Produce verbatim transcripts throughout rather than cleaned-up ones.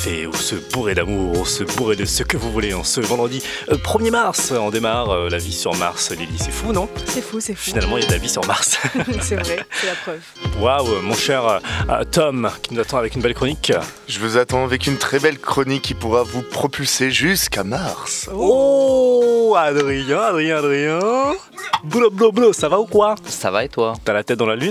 d'été, ou se bourrer d'amour, ou se bourrer de ce que vous voulez en ce vendredi euh, premier mars. On démarre euh, la vie sur Mars. Lily, c'est fou, non ? C'est fou, c'est fou. Finalement, il y a de la vie sur Mars. C'est vrai, c'est la preuve. Waouh, mon cher euh, Tom, qui nous attend avec une belle chronique. Je vous attends avec une très belle chronique qui pourra vous propulser jusqu'à Mars. Oh, Adrien, Adrien, Adrien. Boulot, boulot, boulot, ça va ou quoi ? Ça va et toi ? T'as la tête dans la lune ?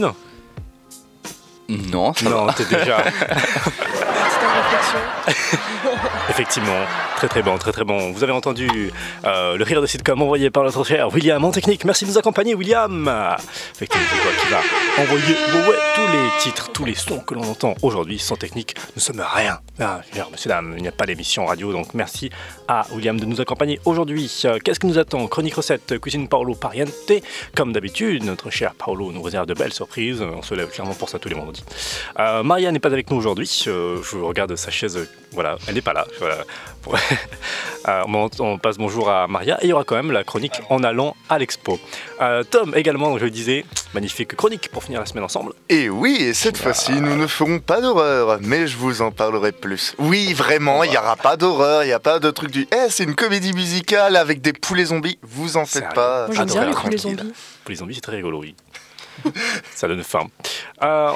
Non, ça Non, va. t'es déjà... C'est en réflexion. Effectivement, très très bon, très très bon. Vous avez entendu euh, le rire de sitcom envoyé par notre cher William en technique. Merci de nous accompagner, William. Effectivement, c'est toi qui va envoyer ouais, ouais, tous les titres, tous les sons que l'on entend aujourd'hui. Sans technique, nous sommes rien. Ah, monsieur, dame, il n'y a pas d'émission radio, donc merci à William de nous accompagner aujourd'hui. Euh, qu'est-ce que nous attend ? Chronique recette, cuisine Paolo Pariente. Comme d'habitude, notre cher Paolo nous réserve de belles surprises. On se lève clairement pour ça tous les vendredis. Euh, Maria n'est pas avec nous aujourd'hui. Euh, je regarde sa chaise. Euh, voilà, elle n'est pas là. Voilà. euh, on, on passe bonjour à Maria. Et il y aura quand même la chronique en allant à l'expo. Euh, Tom également, je le disais, magnifique chronique pour finir la semaine ensemble. Et oui, et cette ah. fois-ci, nous ne ferons pas d'horreur, mais je vous en parlerai plus. Oui, vraiment, il n'y aura pas d'horreur, il n'y a pas de truc du « Eh, c'est une comédie musicale avec des poulets zombies », vous en faites pas. Moi, j'aime bien les poulets zombies. Poulets zombies, c'est très rigolo, oui. Ça donne faim. Euh,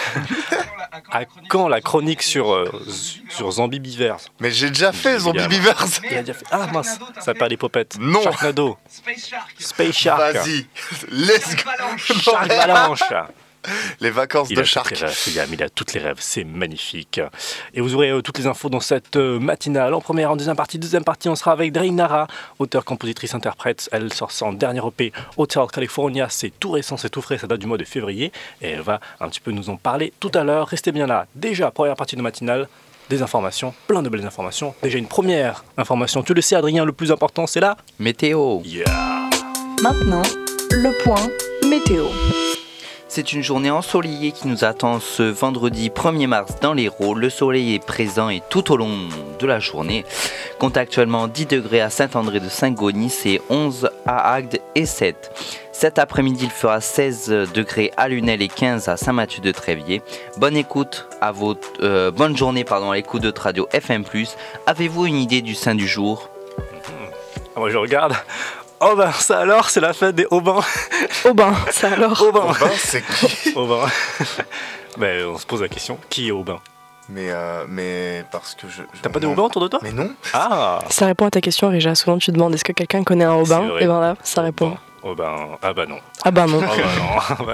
à quand la chronique sur, euh, sur Zombie Beavers ? Mais j'ai déjà fait Zombie Beavers. Il a déjà fait. Ah mince, ça perd les popettes. Non. Sharknado. Space Shark. Space Shark. Vas-y, let's go. Shark Avalanche. Les vacances il de a Shark. Rêves, il, a, il a toutes les rêves, c'est magnifique. Et vous aurez euh, toutes les infos dans cette euh, matinale. En première, en deuxième partie, deuxième partie, on sera avec Drey Nara, auteure, compositrice, interprète. Elle sort son dernier E P, Hotel California. C'est tout récent, c'est tout frais, ça date du mois de février. Et elle va un petit peu nous en parler tout à l'heure. Restez bien là. Déjà, première partie de matinale, des informations, plein de belles informations. Déjà une première information, tu le sais Adrien, le plus important c'est la météo. Yeah. Maintenant, le point météo. C'est une journée ensoleillée qui nous attend ce vendredi premier mars dans l'Hérault. Le soleil est présent et tout au long de la journée. Compte actuellement dix degrés à Saint-André de Saint-Gonis et onze à Agde et sept. Cet après-midi, il fera seize degrés à Lunel et quinze à Saint-Mathieu de Tréviers. Bonne écoute à votre, euh, bonne journée pardon, à l'écoute de Radio F M plus. Avez-vous une idée du saint du jour ? mmh. Moi je regarde. Oh ben ça alors, c'est la fête des Aubins. Aubin, ça alors. Aubin, Aubin, c'est qui ? Aubin. Ben on se pose la question, qui est Aubin ? Mais euh, mais parce que je. je T'as pas de Aubin autour de toi ? Mais non. Ah. Ça répond à ta question, Rija. Souvent tu demandes est-ce que quelqu'un connaît un Aubin ? Et ben là, ça répond. Aubin. Ah bah non. Ah bah non. Ah bah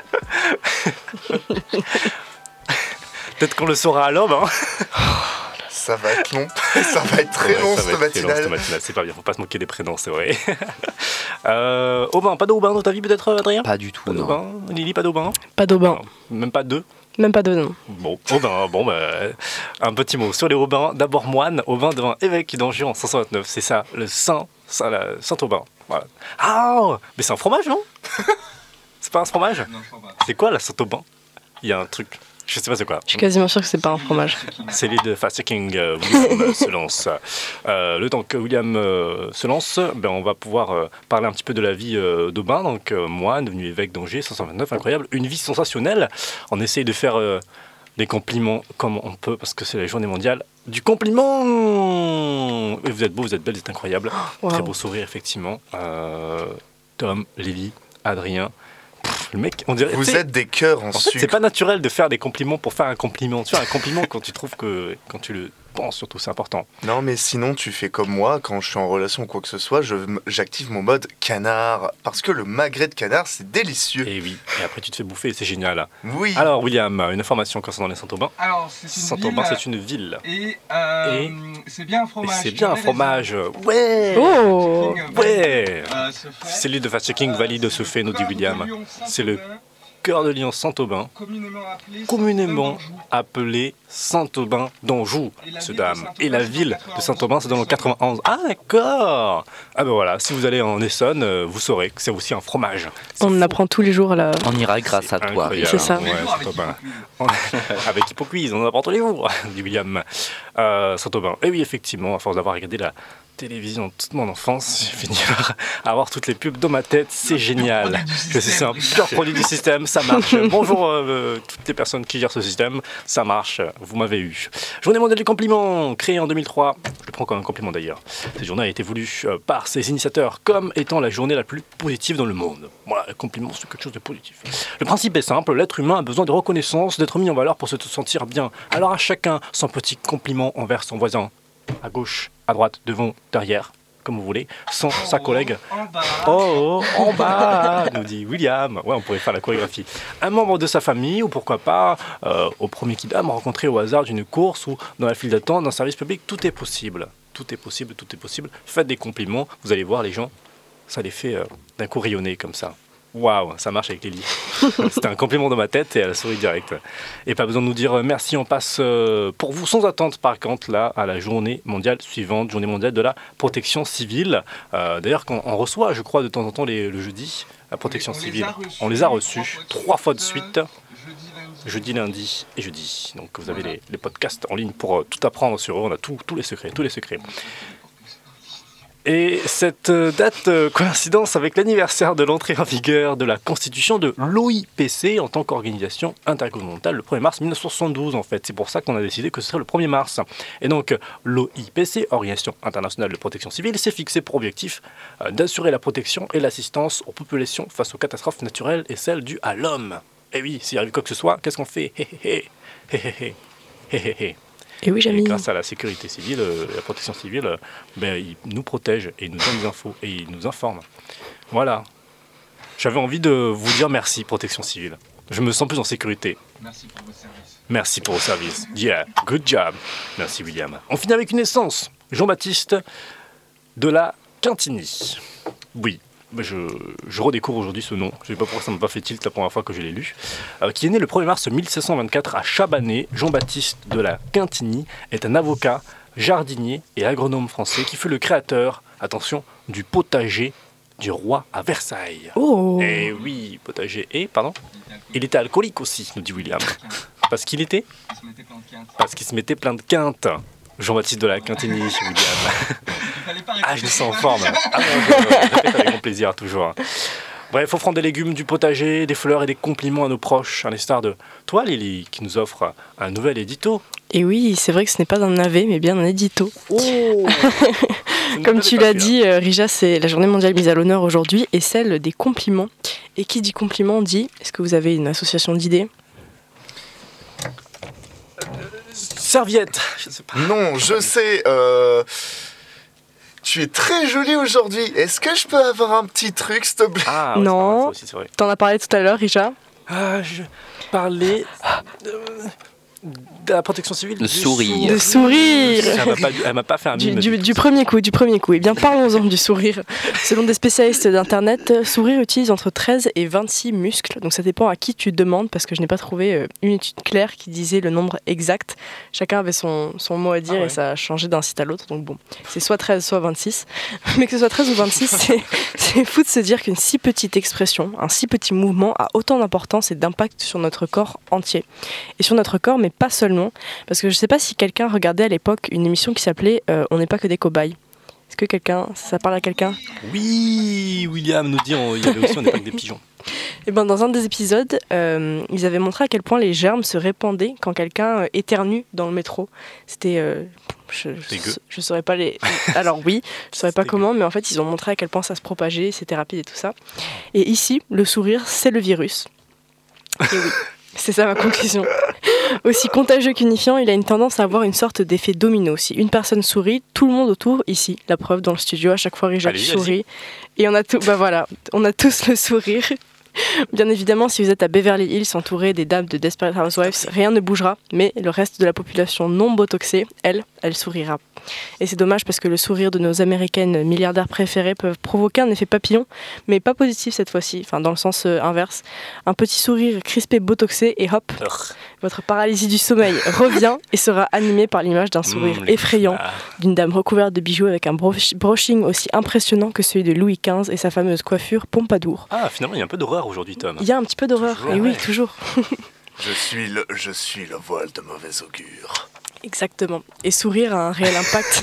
non. Peut-être qu'on le saura à l'aube. Hein. Ça va être long, ça va être très ouais, long cette matinale. matinale. C'est pas bien, faut pas se moquer des prénoms, c'est vrai. euh, Aubin, pas d'Aubin dans ta vie peut-être, Adrien ? Pas du tout, pas non. D'Aubin. Lily, pas d'Aubin ? Pas d'Aubin. Non, même pas deux ? Même pas deux, non. Bon, Aubin, bon, bah, un petit mot sur les Aubins. D'abord moine, Aubin devint évêque d'Angers en cinq cent vingt-neuf. C'est ça, le Saint, ça, la, Saint-Aubin. Voilà. Ah, mais c'est un fromage, non ? C'est pas un fromage ? Non, je crois pas. C'est quoi la Saint-Aubin ? Il y a un truc. Je sais pas c'est quoi. Je suis quasiment sûr que c'est pas un fromage. C'est l'île de Fast-Checking. Euh, William se lance. Euh, le temps que William euh, se lance, ben, on va pouvoir euh, parler un petit peu de la vie euh, d'Aubin, donc euh, moine, devenu évêque d'Angers, cinq cent vingt-neuf, incroyable. Une vie sensationnelle. On essaye de faire euh, des compliments comme on peut, parce que c'est la journée mondiale du compliment. Et vous êtes beau, vous êtes belle, vous êtes incroyable. Wow. Très beau sourire, effectivement. Euh, Tom, Lévi, Adrien. Pff, le mec, on dirait, vous êtes des cœurs en, en sucre. Fait, c'est pas naturel de faire des compliments pour faire un compliment. Tu fais un compliment quand tu trouves que quand tu le penses, surtout, c'est important. Non, mais sinon, tu fais comme moi. Quand je suis en relation ou quoi que ce soit, je, j'active mon mode canard parce que le magret de canard, c'est délicieux. Et oui. Et après, tu te fais bouffer, c'est génial. Oui. Alors, William, une information concernant les Saint-Aubin. Alors, c'est une Saint-Aubin, ville. c'est une ville. Et, euh, et c'est bien un fromage. C'est bien un fromage. Ouais. Oh. Ouais. Euh, c'est l'île de Fast-Checking valide ce fait, nous dit William. C'est le cœur de Lyon Saint-Aubin, communément appelé, communément appelé Saint-Aubin d'Anjou, ce dame. Et la ville de Saint-Aubin, c'est dans le quatre-vingt-onze. Ah d'accord. Ah ben voilà, si vous allez en Essonne, euh, vous saurez que c'est aussi un fromage. C'est on fou. apprend tous les jours là. On ira grâce à toi. C'est ça. Ouais, Saint-Aubin. Avec Hypocuise, on en apprend tous les jours, dit William. Euh, Saint-Aubin. Et oui, effectivement, à force d'avoir regardé la télévision toute mon enfance. J'ai fini par avoir toutes les pubs dans ma tête. C'est génial. Je sais, c'est un pur produit du système. Ça marche. Bonjour euh, toutes les personnes qui gèrent ce système. Ça marche. Vous m'avez eu. Journée mondiale du compliment, créée en deux mille trois. Je le prends comme un compliment d'ailleurs. Cette journée a été voulue euh, par ses initiateurs comme étant la journée la plus positive dans le monde. Voilà, le compliment, c'est quelque chose de positif. Le principe est simple. L'être humain a besoin de reconnaissance, d'être mis en valeur pour se sentir bien. Alors à chacun son petit compliment envers son voisin. À gauche, à droite, devant, derrière, comme vous voulez, sans En sa haut, collègue. En bas. Oh, oh, en bas, nous dit William. Ouais, on pourrait faire la chorégraphie. Un membre de sa famille, ou pourquoi pas, euh, au premier kidam, rencontré au hasard d'une course ou dans la file d'attente d'un service public, tout est possible. Tout est possible, tout est possible. Faites des compliments, vous allez voir les gens, ça les fait euh, d'un coup rayonner comme ça. Waouh, ça marche avec Lily. C'était un compliment dans ma tête et elle a souri direct. Et pas besoin de nous dire merci, on passe euh, pour vous sans attente par contre là à la journée mondiale suivante, journée mondiale de la protection civile. Euh, d'ailleurs, quand on reçoit, je crois, de temps en temps les, le jeudi, la protection On les civile, a reçus on les a reçus trois fois de suite, suite, euh, Jeudi, lundi. jeudi, lundi et jeudi. Donc vous avez Voilà. les, les podcasts en ligne pour euh, tout apprendre sur eux. On a tout- tous les secrets, tous les secrets. Et cette euh, date euh, coïncidence avec l'anniversaire de l'entrée en vigueur de la constitution de l'O I P C en tant qu'organisation intergouvernementale le premier mars mille neuf cent soixante-douze en fait. C'est pour ça qu'on a décidé que ce serait le premier mars. Et donc l'O I P C, Organisation internationale de protection civile, s'est fixé pour objectif euh, d'assurer la protection et l'assistance aux populations face aux catastrophes naturelles et celles dues à l'homme. Et oui, s'il arrive quoi que ce soit, qu'est-ce qu'on fait? Hé hé hé, hé hé hé, hé hé hé. Et oui, Et Jamy. grâce à la sécurité civile, euh, la protection civile, euh, ben, il nous protège et il nous donne des infos et il nous informe. Voilà. J'avais envie de vous dire merci, protection civile. Je me sens plus en sécurité. Merci pour vos services. Merci pour vos services. Yeah, good job. Merci William. On finit avec une naissance. Jean-Baptiste de la Quintigny. Oui. Je, je redécouvre aujourd'hui ce nom, je ne sais pas pourquoi ça ne m'a pas fait tilt la première fois que je l'ai lu, euh, qui est né le premier mars mille sept cent vingt-quatre à Chabanais. Jean-Baptiste de la Quintigny est un avocat, jardinier et agronome français qui fut le créateur, attention, du potager du roi à Versailles. Oh. Et oui, potager et, pardon, il était alcoolique aussi, nous dit William. Parce qu'il était Il se mettait plein de quintes. Parce qu'il se mettait plein de quintes. Jean-Baptiste de la Quintigny, William. Il fallait pas Ah, je répéter. le sens en forme. Ah, non, je, je répète avec grand plaisir, toujours. Bref, offrant des légumes, du potager, des fleurs et des compliments à nos proches, à l'instar de toi, Lily, qui nous offre un nouvel édito. Et oui, c'est vrai que ce n'est pas un navet, mais bien un édito. Oh Comme tu l'as dit, euh, Rija, c'est la journée mondiale mise à l'honneur aujourd'hui et celle des compliments. Et qui dit compliment dit, est-ce que vous avez une association d'idées? Serviette, je sais pas. Non, je sais. euh, Tu es très jolie aujourd'hui. Est-ce que je peux avoir un petit truc, s'il te plaît? Ah, ouais, Non. c'est pas mal, ça aussi, c'est vrai. T'en as parlé tout à l'heure, Rija. Ah, je parlais de, de la protection civile. Le du sourire. De sourire. Elle m'a pas, elle m'a pas fait un Du, mime. du- du premier coup, du premier coup. Eh bien, parlons-en du sourire. Selon des spécialistes d'Internet, sourire utilise entre treize et vingt-six muscles. Donc ça dépend à qui tu demandes, parce que je n'ai pas trouvé euh, une étude claire qui disait le nombre exact. Chacun avait son, son mot à dire Ah ouais. et ça a changé d'un site à l'autre. Donc bon, c'est soit treize, soit vingt-six. Mais que ce soit treize ou vingt-six, c'est, c'est fou de se dire qu'une si petite expression, un si petit mouvement a autant d'importance et d'impact sur notre corps entier. Et sur notre corps, mais pas seulement. Parce que je ne sais pas si quelqu'un regardait à l'époque une émission qui s'appelait euh, On n'est pas que des cobayes. Est-ce que quelqu'un, ça parle à quelqu'un? Oui, William nous dit on- il y avait aussi on n'est pas que des pigeons. Et ben dans un des épisodes, euh, ils avaient montré à quel point les germes se répandaient quand quelqu'un euh, éternue dans le métro. C'était, euh, je, Dégueu. je, je saurais pas les. Alors oui, je saurais pas Dégueu. comment, mais en fait ils ont montré à quel point ça se propageait, c'était rapide et tout ça. Et ici, le sourire, c'est le virus. Et oui. C'est ça ma conclusion. Aussi contagieux qu'unifiant, il a une tendance à avoir une sorte d'effet domino. Si une personne sourit, tout le monde autour, ici, la preuve dans le studio, à chaque fois Rija Allez, sourit. Et on a tout, bah voilà, on a tous le sourire. Bien évidemment, si vous êtes à Beverly Hills entouré des dames de Desperate Housewives, rien ne bougera, mais le reste de la population non botoxée, elle, elle sourira. Et c'est dommage parce que le sourire de nos américaines milliardaires préférées peut provoquer un effet papillon, mais pas positif cette fois-ci, enfin dans le sens euh, inverse. Un petit sourire crispé botoxé et hop, Urgh. votre paralysie du sommeil revient et sera animée par l'image d'un sourire Mmh, les effrayant cauchemars. d'une dame recouverte de bijoux avec un broch- brushing aussi impressionnant que celui de Louis quinze et sa fameuse coiffure Pompadour. Ah, finalement, il y a un peu d'horreur aujourd'hui, Tom. Il y a un petit peu d'horreur, Toujours, et oui, ouais. toujours. Je suis le, je suis le voile de mauvais augure. Exactement. Et sourire a un réel impact.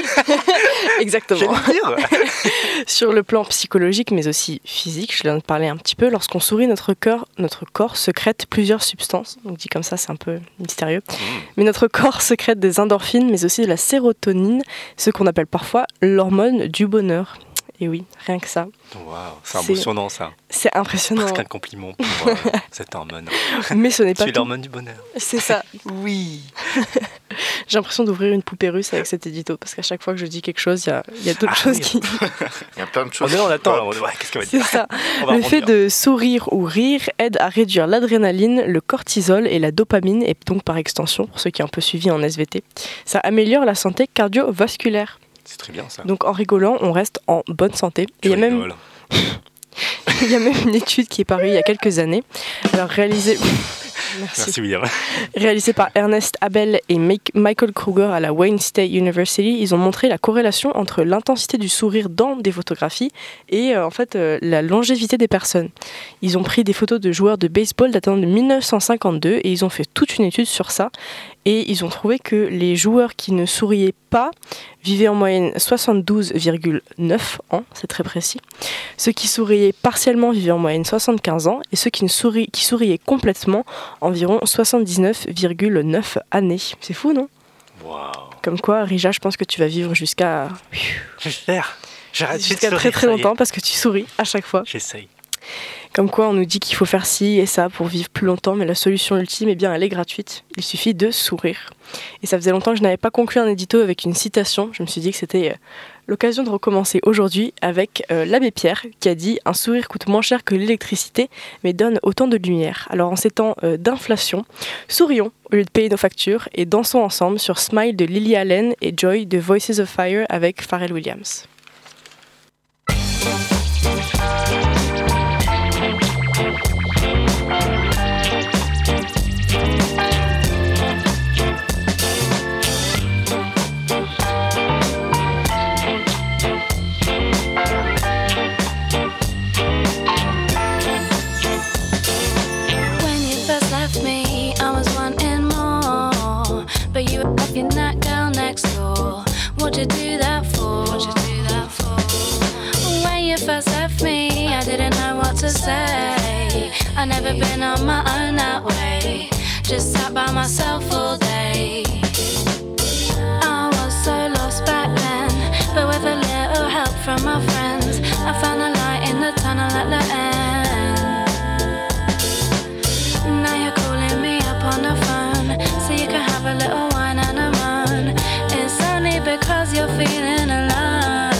Exactement. J'allais dire. Sur le plan psychologique, mais aussi physique, je viens de parler un petit peu. Lorsqu'on sourit, notre corps, notre corps sécrète plusieurs substances. Donc dit comme ça, c'est un peu mystérieux. Mmh. Mais notre corps sécrète des endorphines, mais aussi de la sérotonine, ce qu'on appelle parfois l'hormone du bonheur. Et oui, rien que ça. Waouh, c'est impressionnant ça. C'est impressionnant. Presque un compliment pour euh, cette hormone. Mais ce n'est pas tu es tout. l'hormone du bonheur. C'est ça. Oui. J'ai l'impression d'ouvrir une poupée russe avec cet édito, parce qu'à chaque fois que je dis quelque chose, il y a, y a d'autres ah, choses oui. qui... Il y a plein de choses. On est en attend. Ouais, qu'est-ce qu'elle va dire ? C'est ça. On va Le fait de sourire ou rire aide à réduire l'adrénaline, le cortisol et la dopamine, et donc par extension, pour ceux qui ont un peu suivi en S V T, ça améliore la santé cardiovasculaire. C'est très bien ça. Donc en rigolant, on reste en bonne santé. Tu il y a même il y a même une étude qui est parue il y a quelques années, alors réalisée Merci. Merci William. Réalisée par Ernest Abel et Michael Kruger à la Wayne State University, ils ont montré la corrélation entre l'intensité du sourire dans des photographies et euh, en fait euh, la longévité des personnes. Ils ont pris des photos de joueurs de baseball datant de mille neuf cent cinquante-deux et ils ont fait toute une étude sur ça. Et ils ont trouvé que les joueurs qui ne souriaient pas vivaient en moyenne soixante-douze virgule neuf ans, c'est très précis. Ceux qui souriaient partiellement vivaient en moyenne soixante-quinze ans et ceux qui, ne souri- qui souriaient complètement environ soixante-dix-neuf virgule neuf années. C'est fou, non ? Waouh. Comme quoi, Rija, je pense que tu vas vivre jusqu'à... J'espère. J'arrête jusqu'à très très longtemps parce que tu souris à chaque fois. J'essaye. Comme quoi on nous dit qu'il faut faire ci et ça pour vivre plus longtemps, mais la solution ultime, eh bien, elle est gratuite. Il suffit de sourire. Et ça faisait longtemps que je n'avais pas conclu un édito avec une citation. Je me suis dit que c'était l'occasion de recommencer aujourd'hui avec euh, l'abbé Pierre qui a dit « Un sourire coûte moins cher que l'électricité, mais donne autant de lumière. » Alors en ces temps euh, d'inflation, sourions au lieu de payer nos factures et dansons ensemble sur Smile de Lily Allen et Joy de Voices of Fire avec Pharrell Williams. What'd you do that for? What'd you do that for? When you first left me, I didn't know what to say. I never been on my own that way. Just sat by myself all day. I was so lost back then, but with a little help from my friends, I found the light in the tunnel at the end. Now you're calling me up on the phone, so you can have a little wine and a moan. It's only because you're feeling alone.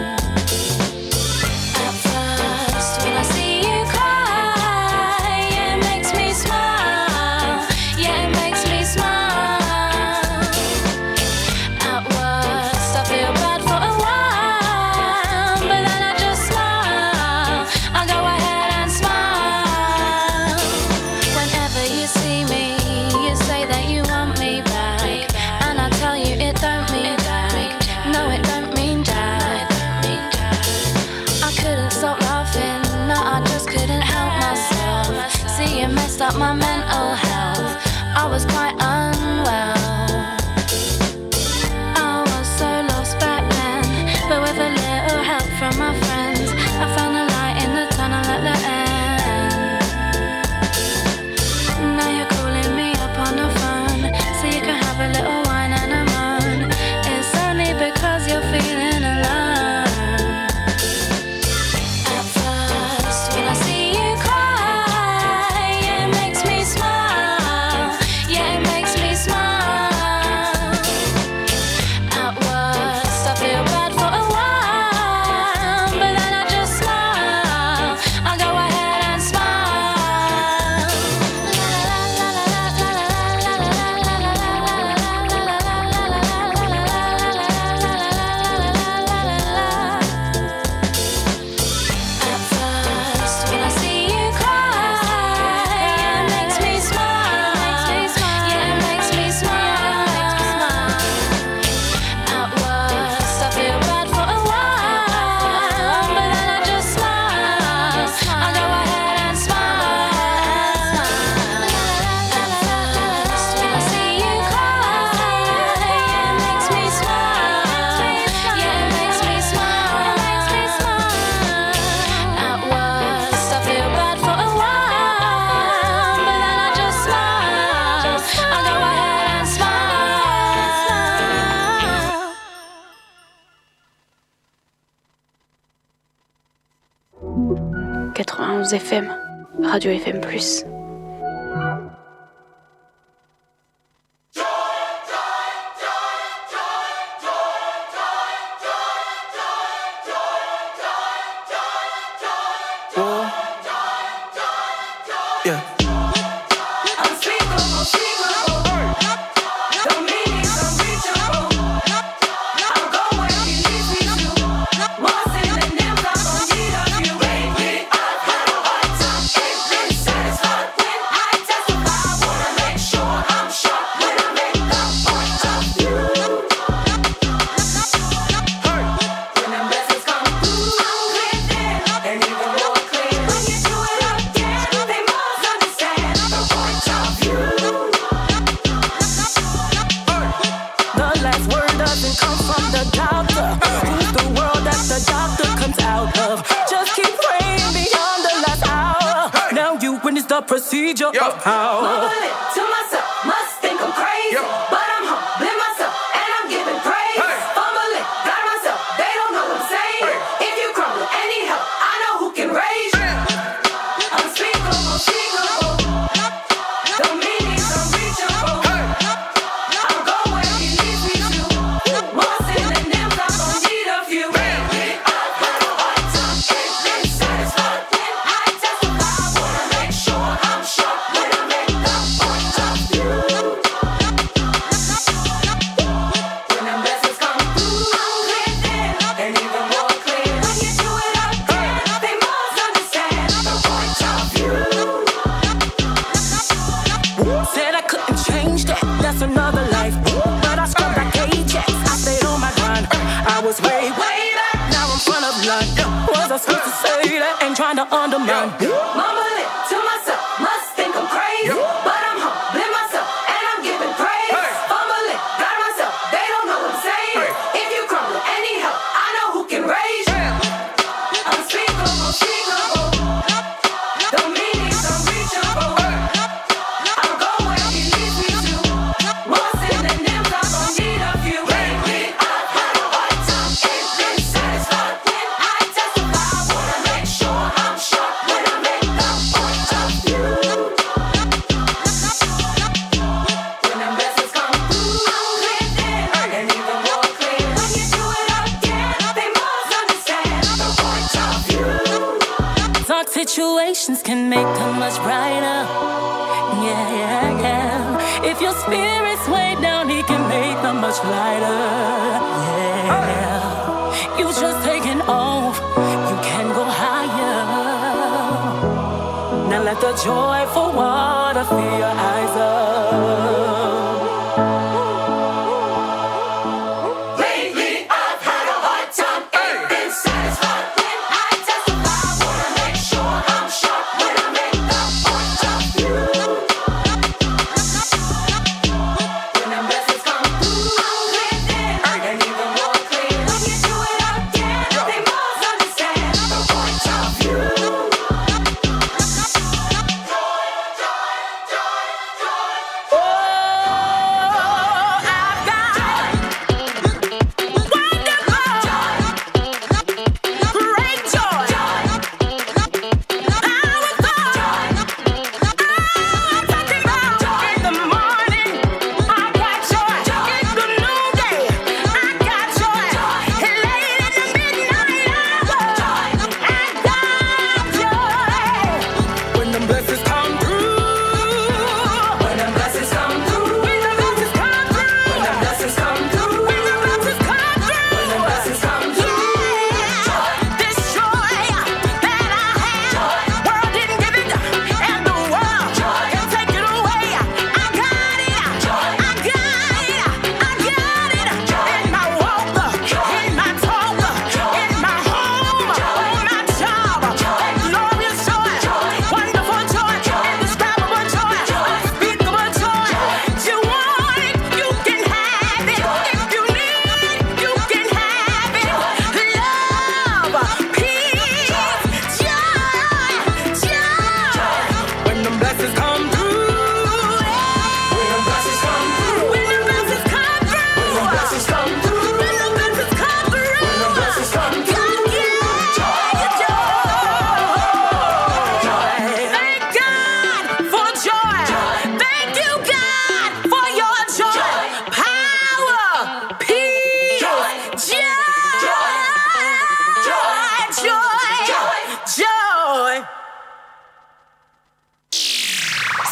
At first, when I see you cry, it makes me smile. Yeah, it makes me smile. At worst, I feel bad for a while, but then I just smile. I go ahead and smile. Whenever you see me, you say that you want me back, and I tell you it don't mean back. No, it don't mean jack. I couldn't stop laughing, no, I just couldn't help myself. See, you messed up my mental health. I was quite unwell. I was so lost back then, but with a little help from my friends, I found the light in the tunnel at the end. Now you're calling me up on the phone, so you can have a little wine and a moan. It's only because you're feeling alone. At first, when I see you cry, it makes me smile. Yeah, it makes quatre-vingt-onze F M, Radio F M plus. Procedure Yo. of how Mumble it to myself, must think I'm crazy, Yo. but I'm humbling myself and I'm giving praise. Hey. Fumble it, got myself, they don't know what I'm saying. Hey. If you crumble, any help, I know who can raise you. Unspeakable, unspeakable, the meaning's unreachable. Hey. I'll go where he leads me to. More sin than them, I'm gon' need a few. Lately, I've had a hard time ain't been satisfied when I testify. Wanna make sure I'm sure when I make the point of view. When the message come through, I'm clear then, and even more clear. When you do it again, they must understand the point of view. Said I couldn't change that, that's another life. But I scrubbed like Ajax, I stayed on my grind. I was way, way back, now I'm front of line. Was I supposed to say that? Ain't trying to undermine. Mumble it to myself, must think I'm crazy, but I'm humbling myself and I'm giving praise. Hey. Fumble it, got myself, they don't know what I'm saying. Hey. If you crumble, any help, I know who can raise you. Unspeakable, unspeakable, the meaning's unreachable. I'll go where he leads me to. More sin than them, I'm gon' need a few. Lately, I've had a hard time, ain't been satisfied when I testify. Wanna make sure I'm sure when I make the point of view. When the message come through, I'm clear then, and even more clear. When you do it again, they must understand the point of view. Dark situations can make them much brighter. Yeah, yeah, yeah. If your spirit's way down, he can make them much lighter. Yeah. You just taking off, you can go higher. Now let the joyful water fill your eyes up. Lately, I've had a hard time, ain't been satisfied when I testify. Wanna make sure I'm sharp when I make the point of view. When the message come through, I'm clear then, and even more clear. When you do it again, they must understand the point of view. Joy, joy, joy, joy, joy.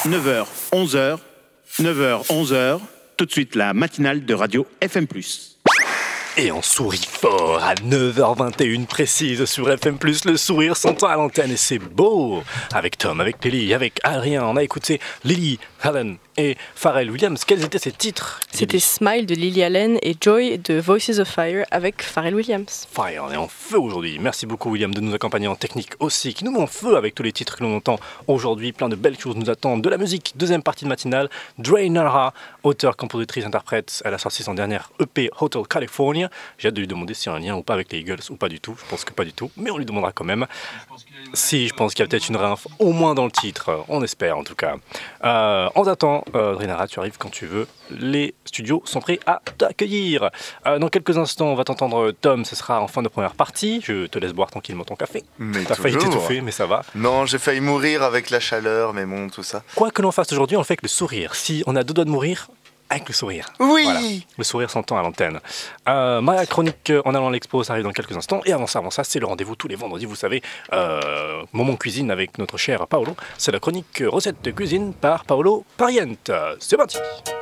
neuf heures, onze heures, neuf heures, onze heures, tout de suite la matinale de Radio F M plus. Et on sourit fort à neuf heures vingt et une précise sur F M plus, le sourire s'entend à l'antenne et c'est beau. Avec Tom, avec Lily, avec Adrien, on a écouté Lily, Allen et Pharrell Williams. Quels étaient ces titres? C'était Smile de Lily Allen et Joy de Voices of Fire avec Pharrell Williams. Fire, on est en feu aujourd'hui. Merci beaucoup William de nous accompagner en technique aussi, qui nous met en feu avec tous les titres que l'on entend aujourd'hui. Plein de belles choses nous attendent. De la musique, deuxième partie de matinale. Dre Nara, auteur, compositrice, interprète. Elle a sorti son dernière E P Hotel California. J'ai hâte de lui demander s'il y a un lien ou pas avec les Eagles ou pas du tout. Je pense que pas du tout, mais on lui demandera quand même. Si, je pense qu'il y a peut-être une réinfo, au moins dans le titre. On espère en tout cas. Euh, en attendant, euh, Dre Nara, tu arrives quand tu veux. Les studios sont prêts à t'accueillir. Euh, dans quelques instants, on va t'entendre Tom. Ce sera en fin de première partie. Je te laisse boire tranquillement ton café. Mais T'as failli toujours. t'étouffer, mais ça va. Non, j'ai failli mourir avec la chaleur, mais bon, tout ça. Quoi que l'on fasse aujourd'hui, on le fait avec le sourire. Si on a deux doigts de mourir, avec le sourire. Oui. Voilà. Le sourire s'entend à l'antenne. Euh, ma chronique en allant à l'expo, ça arrive dans quelques instants. Et avant ça, avant ça, c'est le rendez-vous tous les vendredis, vous savez. Euh, moment cuisine avec notre cher Paolo. C'est la chronique recette de cuisine par Paolo Pariente. C'est parti.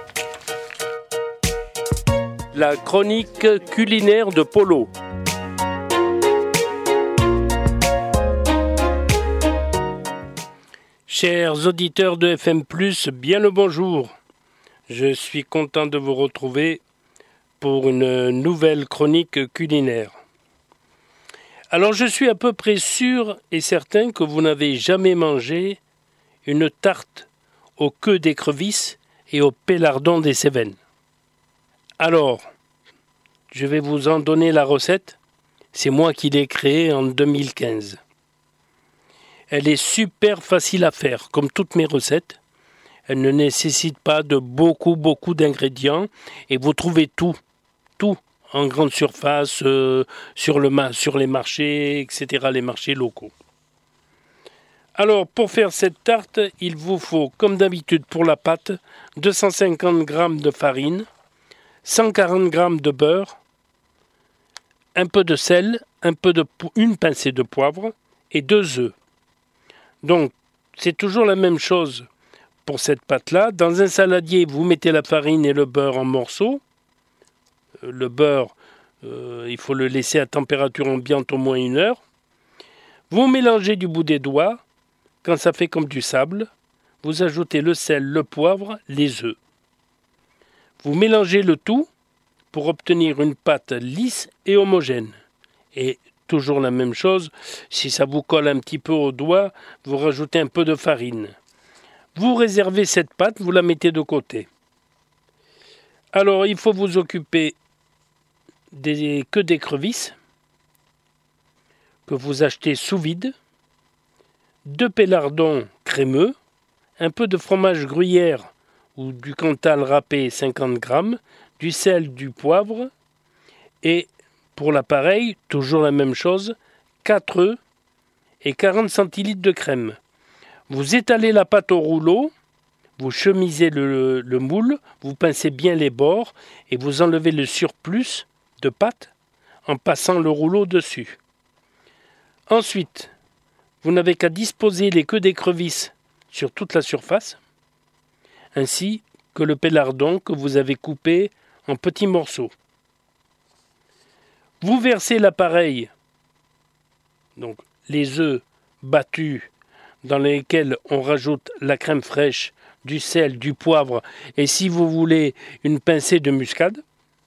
La chronique culinaire de Polo. Chers auditeurs de F M plus, bien le bonjour. Je suis content de vous retrouver pour une nouvelle chronique culinaire. Alors je suis à peu près sûr et certain que vous n'avez jamais mangé une tarte aux queues d'écrevisse et au pélardon des Cévennes. Alors, je vais vous en donner la recette. C'est moi qui l'ai créée en deux mille quinze. Elle est super facile à faire, comme toutes mes recettes. Elle ne nécessite pas de beaucoup, beaucoup d'ingrédients. Et vous trouvez tout, tout, en grande surface, euh, sur, le ma- sur les marchés, et cetera, les marchés locaux. Alors, pour faire cette tarte, il vous faut, comme d'habitude pour la pâte, deux cent cinquante grammes de farine, cent quarante grammes de beurre, un peu de sel, un peu de po- une pincée de poivre et deux œufs. Donc, c'est toujours la même chose pour cette pâte-là. Dans un saladier, vous mettez la farine et le beurre en morceaux. Euh, Le beurre, euh, il faut le laisser à température ambiante au moins une heure. Vous mélangez du bout des doigts. Quand ça fait comme du sable, vous ajoutez le sel, le poivre, les œufs. Vous mélangez le tout pour obtenir une pâte lisse et homogène. Et toujours la même chose, si ça vous colle un petit peu au doigt, vous rajoutez un peu de farine. Vous réservez cette pâte, vous la mettez de côté. Alors, il faut vous occuper des queues d'écrevisses que vous achetez sous vide, deux pélardons crémeux, un peu de fromage gruyère ou du Cantal râpé cinquante grammes, du sel, du poivre et pour l'appareil, toujours la même chose, quatre œufs et quarante centilitres de crème. Vous étalez la pâte au rouleau, vous chemisez le, le moule, vous pincez bien les bords et vous enlevez le surplus de pâte en passant le rouleau dessus. Ensuite, vous n'avez qu'à disposer les queues d'écrevisses sur toute la surface, ainsi que le pélardon que vous avez coupé en petits morceaux. Vous versez l'appareil, donc les œufs battus dans lesquels on rajoute la crème fraîche, du sel, du poivre et si vous voulez une pincée de muscade.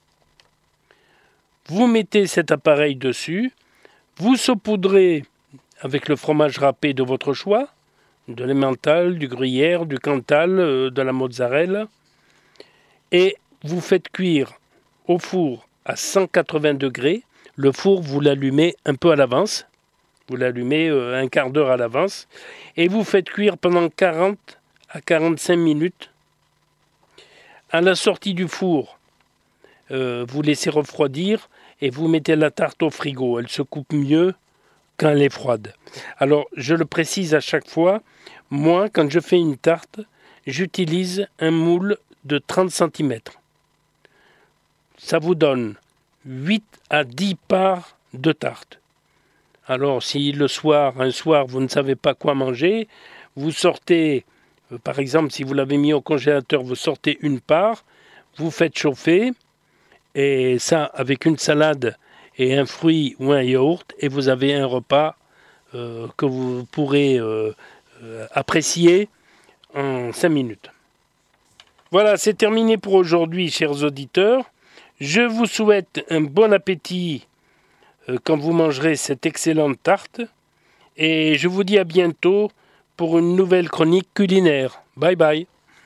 Vous mettez cet appareil dessus, vous saupoudrez avec le fromage râpé de votre choix, de l'emmental, du gruyère, du Cantal, euh, de la mozzarella, et vous faites cuire au four à cent quatre-vingts degrés. Le four, vous l'allumez un peu à l'avance. Vous l'allumez euh, un quart d'heure à l'avance. Et vous faites cuire pendant quarante à quarante-cinq minutes. À la sortie du four, euh, vous laissez refroidir et vous mettez la tarte au frigo. Elle se coupe mieux quand elle est froide. Alors, je le précise à chaque fois, moi, quand je fais une tarte, j'utilise un moule de trente centimètres. Ça vous donne huit à dix parts de tarte. Alors, si le soir, un soir, vous ne savez pas quoi manger, vous sortez Euh, par exemple, si vous l'avez mis au congélateur, vous sortez une part, vous faites chauffer, et ça avec une salade et un fruit ou un yaourt, et vous avez un repas euh, que vous pourrez euh, euh, apprécier en cinq minutes. Voilà, c'est terminé pour aujourd'hui, chers auditeurs. Je vous souhaite un bon appétit euh, quand vous mangerez cette excellente tarte. Et je vous dis à bientôt pour une nouvelle chronique culinaire. Bye bye.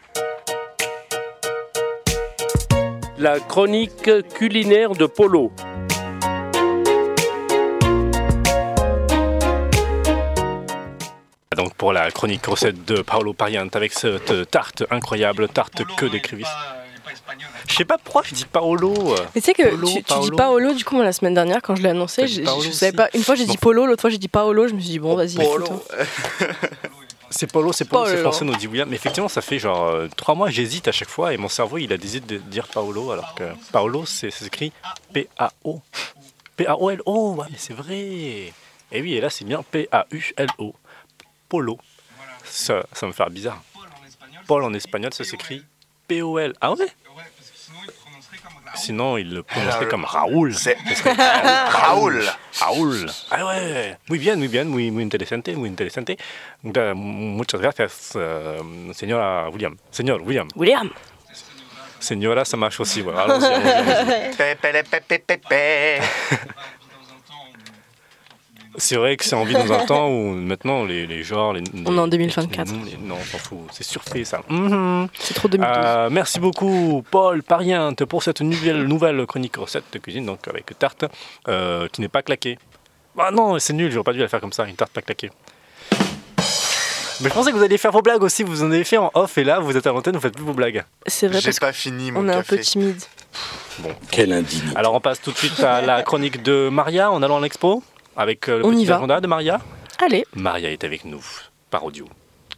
La chronique culinaire de Polo. Donc pour la chronique recette de Paolo Pariente avec cette tarte incroyable, tarte que d'écrivisse. Je sais pas pourquoi je dis Paolo. Mais tu sais que Polo, tu, tu Paolo. dis Paolo, du coup, moi, la semaine dernière, quand je l'ai annoncé, T'as je, dit je, Paolo je savais aussi. pas. Une fois, j'ai dit Bon. Polo, l'autre fois, j'ai dit Paolo. Je me suis dit, bon, vas-y, Polo. écoute, hein. C'est Polo, c'est Polo, c'est Paolo. français, nous dit William. Mais effectivement, ça fait genre euh, trois mois, j'hésite à chaque fois et mon cerveau, il a décidé de dire Paolo, alors que Paolo, c'est ça s'écrit P A O. P A O L O, ouais, mais c'est vrai. Et oui, et là, c'est bien P A U L O. Polo. Ça, ça me fait bizarre. Paul en espagnol, ça s'écrit P O L. Ah ouais? Sinon, il le prononcerait comme Raoul. C'est Ce serait Raoul. Raoul. Ah ouais. Muy bien, muy bien, muy, muy interesante, muy interesante. Da- Muchas gracias, euh, señora William. Señor William. William. Señora, ça marche aussi. Voilà. Allons-y, allons-y, allons-y. Pépé, pépé, pépé. C'est vrai que c'est envie dans un temps où maintenant les, les genres. Les, On est en les- deux mille vingt-quatre. les- les- non, on s'en fout. C'est surfait ça. Mhm. C'est trop deux mille douze. Euh, merci beaucoup, Paul Pariente, pour cette nouvelle, nouvelle chronique recette de cuisine, donc avec tarte euh, qui n'est pas claquée. Ah non, c'est nul, j'aurais pas dû la faire comme ça, une tarte pas claquée. Mais je pensais que vous alliez faire vos blagues aussi, vous en avez fait en off et là vous êtes à l'antenne, vous faites plus vos blagues. C'est vrai J'ai parce pas fini mon qu'on est un peu café. timide. Bon. Quelle indignité. Alors on passe tout de suite à la chronique de Maria en allant à l'expo avec euh, le On y petit va. agenda de Maria. Allez. Maria est avec nous par audio.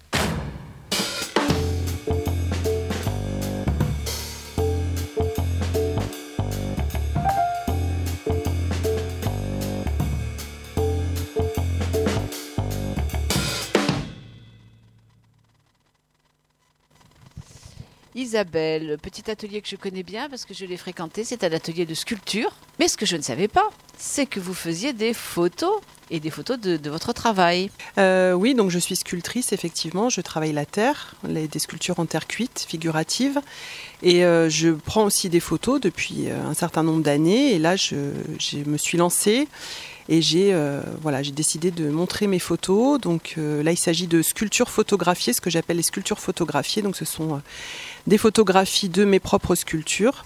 Isabelle, petit atelier que je connais bien parce que je l'ai fréquenté, c'est un atelier de sculpture. Mais ce que je ne savais pas, c'est que vous faisiez des photos et des photos de, de votre travail. Euh, oui, donc je suis sculptrice, effectivement. Je travaille la terre, les- des sculptures en terre cuite, figuratives. Et euh, je prends aussi des photos depuis euh, un certain nombre d'années. Et là, je, je me suis lancée et j'ai euh, voilà, j'ai décidé de montrer mes photos. Donc euh, là, il s'agit de sculptures photographiées, ce que j'appelle les sculptures photographiées. Donc ce sont euh, des photographies de mes propres sculptures.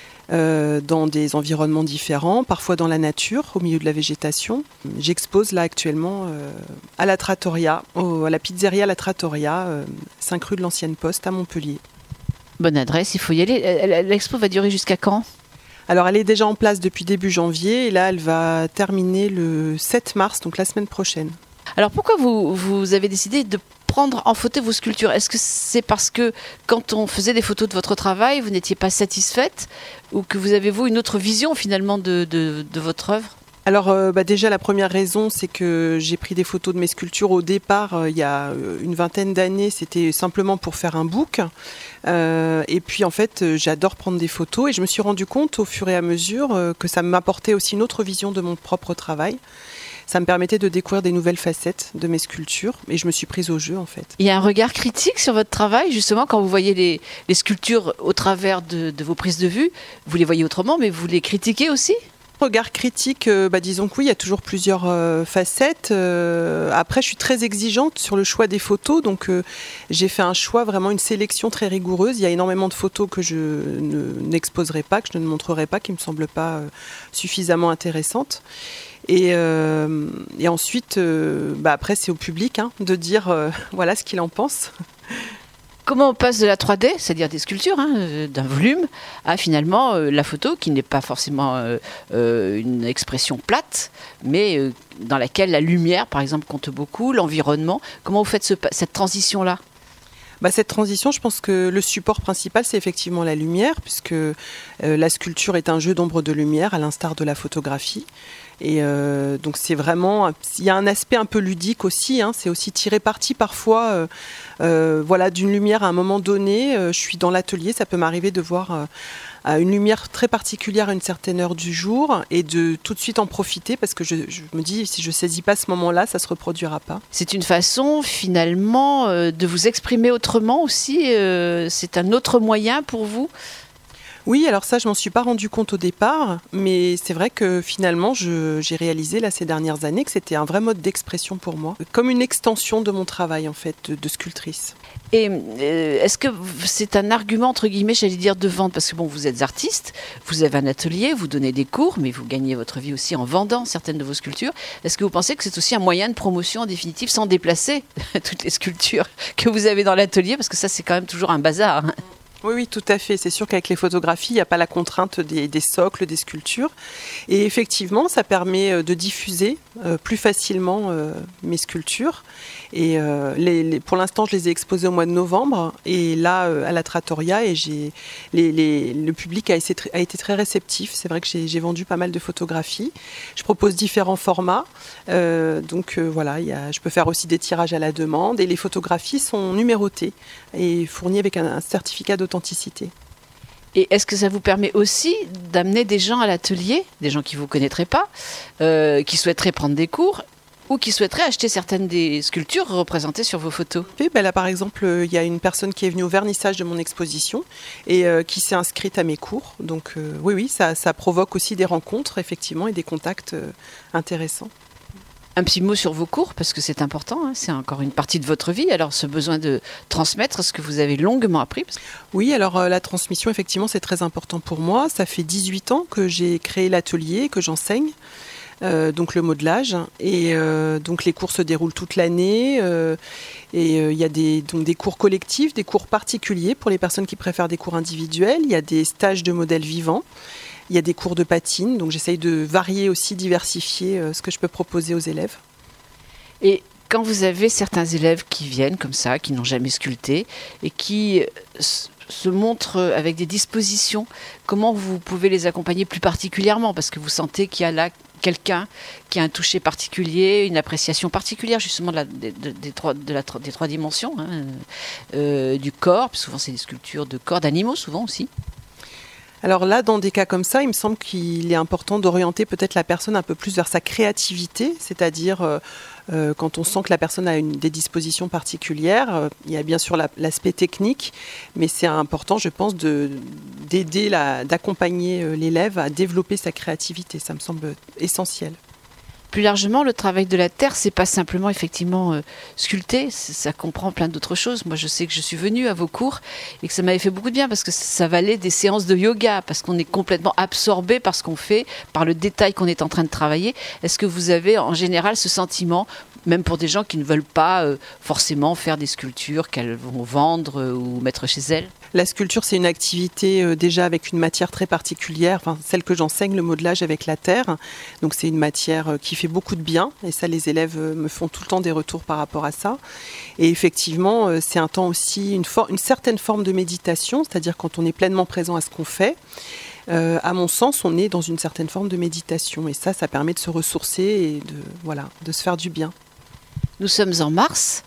Euh, dans des environnements différents, parfois dans la nature, au milieu de la végétation. J'expose là actuellement euh, à la Trattoria, au- à la pizzeria La Trattoria, euh, cinq rue de l'Ancienne Poste à Montpellier. Bonne adresse, il faut y aller. Elle- L'expo va durer jusqu'à quand? Alors elle est déjà en place depuis début janvier et là elle va terminer le sept mars, donc la semaine prochaine. Alors pourquoi vous, vous avez décidé de prendre en photo vos sculptures? Est-ce que c'est parce que quand on faisait des photos de votre travail, vous n'étiez pas satisfaite ou que vous avez vous une autre vision finalement de, de, de votre œuvre? Alors euh, bah, déjà la première raison c'est que j'ai pris des photos de mes sculptures au départ euh, il y a euh, une vingtaine d'années, c'était simplement pour faire un book. Euh, et puis en fait euh, j'adore prendre des photos et je me suis rendu compte au fur et à mesure euh, que ça m'apportait aussi une autre vision de mon propre travail. Ça me permettait de découvrir des nouvelles facettes de mes sculptures et je me suis prise au jeu en fait. Il y a un regard critique sur votre travail, justement, quand vous voyez les, les sculptures au travers de, de vos prises de vue. Vous les voyez autrement, mais vous les critiquez aussi? Regard critique, euh, bah, disons que oui, il y a toujours plusieurs euh, facettes. Euh, après, je suis très exigeante sur le choix des photos, donc euh, j'ai fait un choix, vraiment une sélection très rigoureuse. Il y a énormément de photos que je ne- n'exposerai pas, que je ne montrerai pas, qui ne me semblent pas euh, suffisamment intéressantes. Et, euh, et ensuite, euh, bah, après, c'est au public hein, de dire euh, voilà ce qu'il en pense. Comment on passe de la trois D, c'est-à-dire des sculptures, hein, euh, d'un volume, à finalement euh, la photo, qui n'est pas forcément euh, euh, une expression plate, mais euh, dans laquelle la lumière, par exemple, compte beaucoup, l'environnement. Comment vous faites ce pa- cette transition-là? Bah, cette transition, je pense que le support principal, c'est effectivement la lumière, puisque euh, la sculpture est un jeu d'ombre de lumière, à l'instar de la photographie. Et euh, donc c'est vraiment, il y a un aspect un peu ludique aussi, hein, c'est aussi tirer parti parfois euh, euh, voilà, d'une lumière à un moment donné. Euh, je suis dans l'atelier, ça peut m'arriver de voir euh, une lumière très particulière à une certaine heure du jour et de tout de suite en profiter parce que je, je me dis si je ne saisis pas ce moment-là, ça ne se reproduira pas. C'est une façon finalement euh, de vous exprimer autrement aussi, euh, c'est un autre moyen pour vous ? Oui, alors ça, je m'en suis pas rendu compte au départ, mais c'est vrai que finalement, je, j'ai réalisé là ces dernières années que c'était un vrai mode d'expression pour moi, comme une extension de mon travail en fait de, de sculptrice. Et euh, est-ce que c'est un argument entre guillemets, j'allais dire, de vente, parce que bon, vous êtes artiste, vous avez un atelier, vous donnez des cours, mais vous gagnez votre vie aussi en vendant certaines de vos sculptures. Est-ce que vous pensez que c'est aussi un moyen de promotion en définitive, sans déplacer toutes les sculptures que vous avez dans l'atelier, parce que ça, c'est quand même toujours un bazar, hein. Oui, oui, tout à fait. C'est sûr qu'avec les photographies, il n'y a pas la contrainte des, des socles, des sculptures. Et effectivement, ça permet de diffuser euh, plus facilement euh, mes sculptures. Et euh, les, les, pour l'instant, je les ai exposées au mois de novembre. Et là, euh, à la Trattoria, et j'ai, les, les, le public a, essayé, a été très réceptif. C'est vrai que j'ai, j'ai vendu pas mal de photographies. Je propose différents formats. Euh, donc euh, voilà, y a, je peux faire aussi des tirages à la demande. Et les photographies sont numérotées et fournies avec un, un certificat d'authenticité. Et est-ce que ça vous permet aussi d'amener des gens à l'atelier, des gens qui ne vous connaîtraient pas, euh, qui souhaiteraient prendre des cours ou qui souhaiteraient acheter certaines des sculptures représentées sur vos photos ? Et ben là, par exemple, il y a une personne qui est venue au vernissage de mon exposition et euh, qui s'est inscrite à mes cours. Donc euh, oui, oui, ça, ça provoque aussi des rencontres, effectivement, et des contacts euh, intéressants. Un petit mot sur vos cours, parce que c'est important, hein, c'est encore une partie de votre vie. Alors, ce besoin de transmettre ce que vous avez longuement appris. Oui, alors euh, la transmission, effectivement, c'est très important pour moi. Ça fait dix-huit ans que j'ai créé l'atelier, que j'enseigne, euh, donc le modelage. Et euh, donc, les cours se déroulent toute l'année. Euh, et il euh, y a des, donc, des cours collectifs, des cours particuliers pour les personnes qui préfèrent des cours individuels. Il y a des stages de modèles vivants. Il y a des cours de patine, donc j'essaye de varier aussi, diversifier euh, ce que je peux proposer aux élèves. Et quand vous avez certains élèves qui viennent comme ça, qui n'ont jamais sculpté, et qui se montrent avec des dispositions, comment vous pouvez les accompagner plus particulièrement ? Parce que vous sentez qu'il y a là quelqu'un qui a un toucher particulier, une appréciation particulière justement de la, de, de, des, trois, de la, des trois dimensions, hein, euh, du corps, souvent c'est des sculptures de corps d'animaux, souvent aussi. Alors là, dans des cas comme ça, il me semble qu'il est important d'orienter peut-être la personne un peu plus vers sa créativité, c'est-à-dire euh, euh, quand on sent que la personne a une, des dispositions particulières, euh, il y a bien sûr la, l'aspect technique, mais c'est important, je pense, de, d'aider, la, d'accompagner l'élève à développer sa créativité. Ça me semble essentiel. Plus largement, le travail de la terre, c'est pas simplement effectivement euh, sculpter, ça comprend plein d'autres choses. Moi, je sais que je suis venue à vos cours et que ça m'avait fait beaucoup de bien parce que ça valait des séances de yoga, parce qu'on est complètement absorbé par ce qu'on fait, par le détail qu'on est en train de travailler. Est-ce que vous avez en général ce sentiment, même pour des gens qui ne veulent pas euh, forcément faire des sculptures qu'elles vont vendre euh, ou mettre chez elles ? La sculpture, c'est une activité euh, déjà avec une matière très particulière, enfin, celle que j'enseigne, le modelage avec la terre. Donc c'est une matière euh, qui fait beaucoup de bien et ça, les élèves euh, me font tout le temps des retours par rapport à ça. Et effectivement, euh, c'est un temps aussi, une, for- une certaine forme de méditation, c'est-à-dire quand on est pleinement présent à ce qu'on fait. Euh, à mon sens, on est dans une certaine forme de méditation et ça, ça permet de se ressourcer et de, voilà, de se faire du bien. Nous sommes en mars,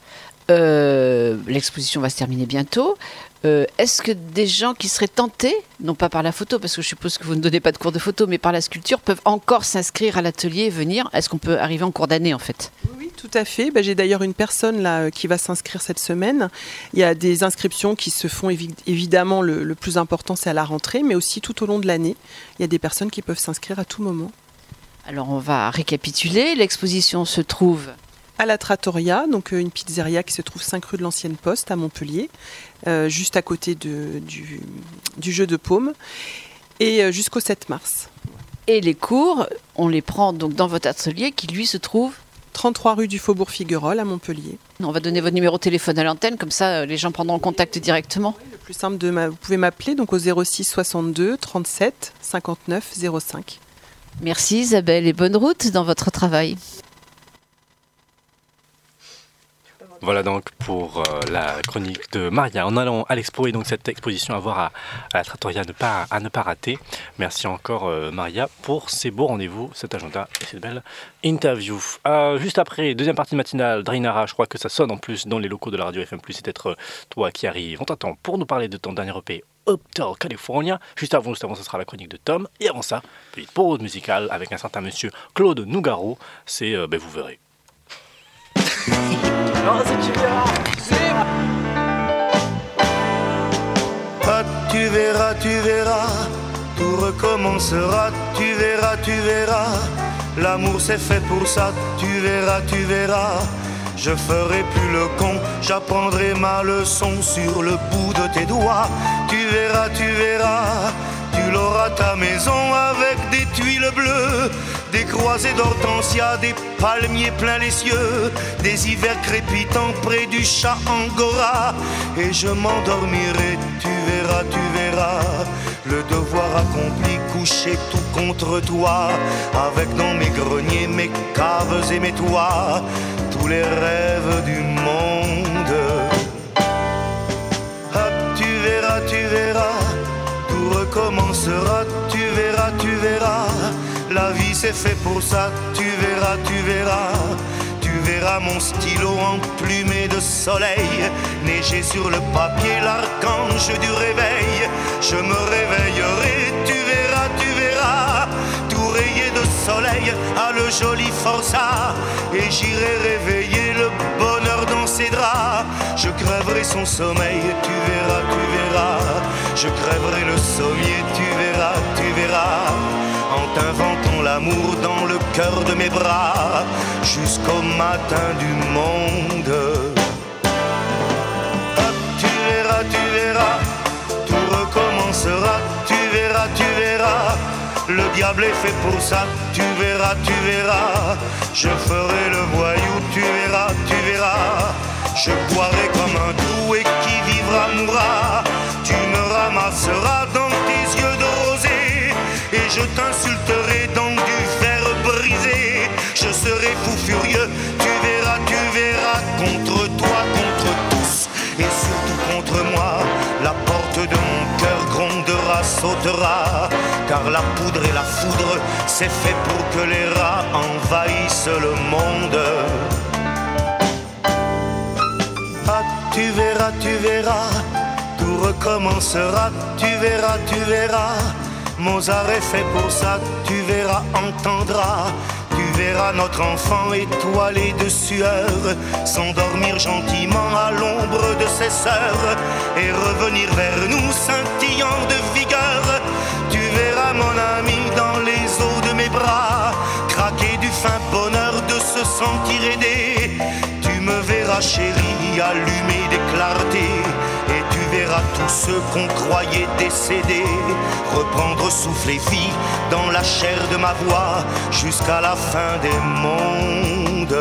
euh, l'exposition va se terminer bientôt. Euh, est-ce que des gens qui seraient tentés, non pas par la photo, parce que je suppose que vous ne donnez pas de cours de photo, mais par la sculpture, peuvent encore s'inscrire à l'atelier et venir ? Est-ce qu'on peut arriver en cours d'année en fait ? Oui, tout à fait. Ben, j'ai d'ailleurs une personne là qui va s'inscrire cette semaine. Il y a des inscriptions qui se font évi- évidemment, le, le plus important c'est à la rentrée, mais aussi tout au long de l'année. Il y a des personnes qui peuvent s'inscrire à tout moment. Alors on va récapituler. L'exposition se trouve à la Trattoria, donc une pizzeria qui se trouve cinq rue de l'Ancienne Poste à Montpellier, euh, juste à côté de, du, du jeu de paume, et euh, jusqu'au sept mars. Et les cours, on les prend donc dans votre atelier qui lui se trouve trente-trois rue du Faubourg Figuerolles à Montpellier. On va donner votre numéro de téléphone à l'antenne, comme ça les gens prendront contact directement. Le plus simple, de ma... vous pouvez m'appeler donc au zéro six soixante-deux trente-sept cinquante-neuf zéro cinq. Merci Isabelle et bonne route dans votre travail. Voilà donc pour euh, la chronique de Maria. En allant à l'expo et donc cette exposition à voir à, à la Trattoria à ne pas, à ne pas rater. Merci encore euh, Maria pour ces beaux rendez-vous, cet agenda et cette belle interview. Euh, juste après, deuxième partie matinale, Drainara, je crois que ça sonne en plus dans les locaux de la radio F M plus, c'est peut-être euh, toi qui arrives. On t'attend pour nous parler de ton dernier E P, Hotel California. Juste avant, juste avant, ce sera la chronique de Tom. Et avant ça, petite pause musicale avec un certain monsieur Claude Nougaro. C'est, euh, ben vous verrez. Non, c'est tu verras. Ah, tu verras, tu verras, tout recommencera, tu verras, tu verras. L'amour c'est fait pour ça, tu verras, tu verras. Je ferai plus le con, j'apprendrai ma leçon sur le bout de tes doigts. Tu verras, tu verras, tu l'auras ta maison avec des tuiles bleues, des croisées d'hortensia, des palmiers plein les cieux, des hivers crépitants près du chat Angora. Et je m'endormirai, tu verras, tu verras, le devoir accompli, couché tout contre toi, avec dans mes greniers, mes caves et mes toits, tous les rêves du monde. Ah, tu verras, tu verras, tout recommencera, tu verras, tu verras. La vie c'est fait pour ça, tu verras, tu verras. Tu verras mon stylo emplumé de soleil, neiger sur le papier l'archange du réveil. Je me réveillerai, tu verras, tu verras, tout rayé de soleil à le joli forçat. Et j'irai réveiller le bonheur dans ses draps. Je crèverai son sommeil, tu verras, tu verras. Je crèverai le sommier, tu verras, tu verras. En t'inventant l'amour dans le cœur de mes bras, jusqu'au matin du monde. Ah, tu verras, tu verras, tout recommencera, tu verras, tu verras. Le diable est fait pour ça, tu verras, tu verras. Je ferai le voyou, tu verras, tu verras. Je boirai comme un trou et qui vivra mourra. Tu me ramasseras dans tes yeux de rosée et je t'insulterai dans du fer brisé. Je serai fou furieux, tu verras, tu verras. Contre toi, contre tous et surtout contre moi. La porte de mon cœur grondera, sautera, car la poudre et la foudre, c'est fait pour que les rats envahissent le monde. Ah, tu verras, tu verras, tout recommencera, tu verras, tu verras. Mozart est fait pour ça, tu verras, entendras. Tu verras notre enfant étoilé de sueur s'endormir gentiment à l'ombre de ses sœurs et revenir vers nous scintillant de vigueur. Tu verras mon ami dans les eaux de mes bras craquer du fin bonheur de se sentir aidé. Tu me verras chérie allumé des clartés et tu verras tous ceux qu'on croyait décédés reprendre souffle et vie dans la chair de ma voix jusqu'à la fin des mondes.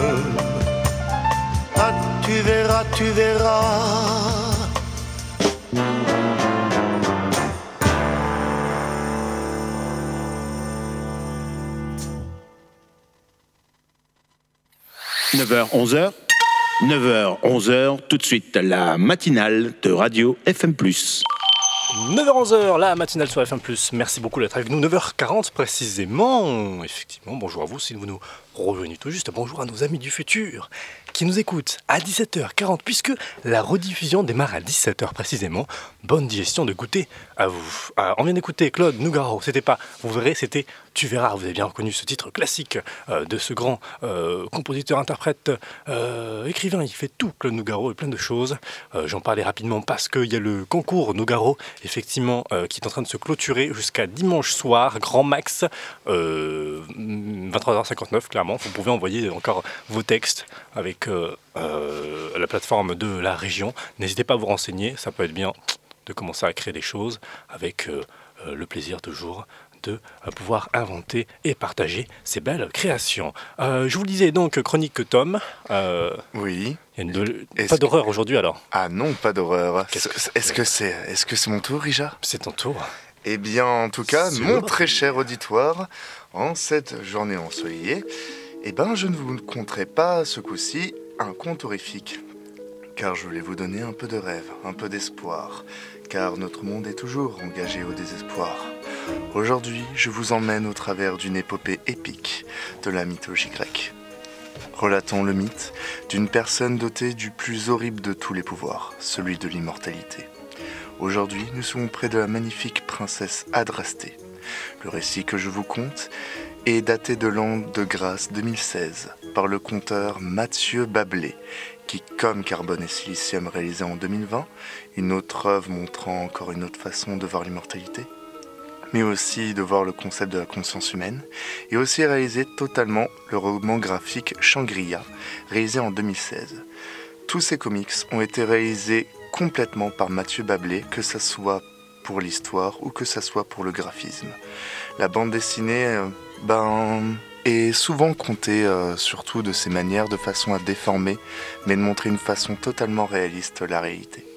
Ah, tu verras, tu verras. neuf heures, onze heures. neuf heures, onze heures, tout de suite, la matinale de Radio F M plus. neuf heures onze heures, la matinale sur F M plus. Merci beaucoup d'être avec nous. neuf heures quarante précisément. Effectivement, bonjour à vous si vous nous revenez tout juste. Bonjour à nos amis du futur qui nous écoutent à dix-sept heures quarante puisque la rediffusion démarre à dix-sept heures précisément. Bonne digestion de goûter à vous. Ah, on vient d'écouter Claude Nougaro. C'était pas, vous verrez, c'était Tu verras. Vous avez bien reconnu ce titre classique euh, de ce grand euh, compositeur, interprète, euh, écrivain. Il fait tout, Claude Nougaro, et plein de choses. Euh, j'en parlais rapidement parce qu'il y a le concours Nougaro, effectivement, euh, qui est en train de se clôturer jusqu'à dimanche soir, grand max, euh, vingt-trois heures cinquante-neuf, clairement. Vous pouvez envoyer encore vos textes avec euh, euh, la plateforme de la région. N'hésitez pas à vous renseigner, ça peut être bien de commencer à créer des choses avec euh, euh, le plaisir toujours de euh, pouvoir inventer et partager ces belles créations. Euh, je vous le disais donc, chronique Tom. Euh, oui. Il y a une de... Pas d'horreur aujourd'hui alors. Ah non, pas d'horreur. Qu'est-ce que Est-ce que c'est est-ce que c'est mon tour, Richard? C'est ton tour. Eh bien, en tout cas, C'est mon bon. très cher auditoire, en cette journée ensoleillée, eh ben, je ne vous conterai pas ce coup-ci un conte horrifique, car je voulais vous donner un peu de rêve, un peu d'espoir, car notre monde est toujours engagé au désespoir. Aujourd'hui, je vous emmène au travers d'une épopée épique de la mythologie grecque. Relatons le mythe d'une personne dotée du plus horrible de tous les pouvoirs, celui de l'immortalité. Aujourd'hui, nous sommes près de la magnifique princesse Adrastée. Le récit que je vous conte est daté de l'an de grâce deux mille seize par le conteur Mathieu Bablé, qui, comme Carbone et Silicium réalisé en deux mille vingt, une autre œuvre montrant encore une autre façon de voir l'immortalité, mais aussi de voir le concept de la conscience humaine, et aussi réalisé totalement le roman graphique Shangri-La, réalisé en deux mille seize. Tous ces comics ont été réalisés complètement par Mathieu Bablé, que ce soit pour l'histoire ou que ce soit pour le graphisme. La bande dessinée euh, ben, est souvent contée euh, surtout de ses manières, de façon à déformer, mais de montrer une façon totalement réaliste la réalité.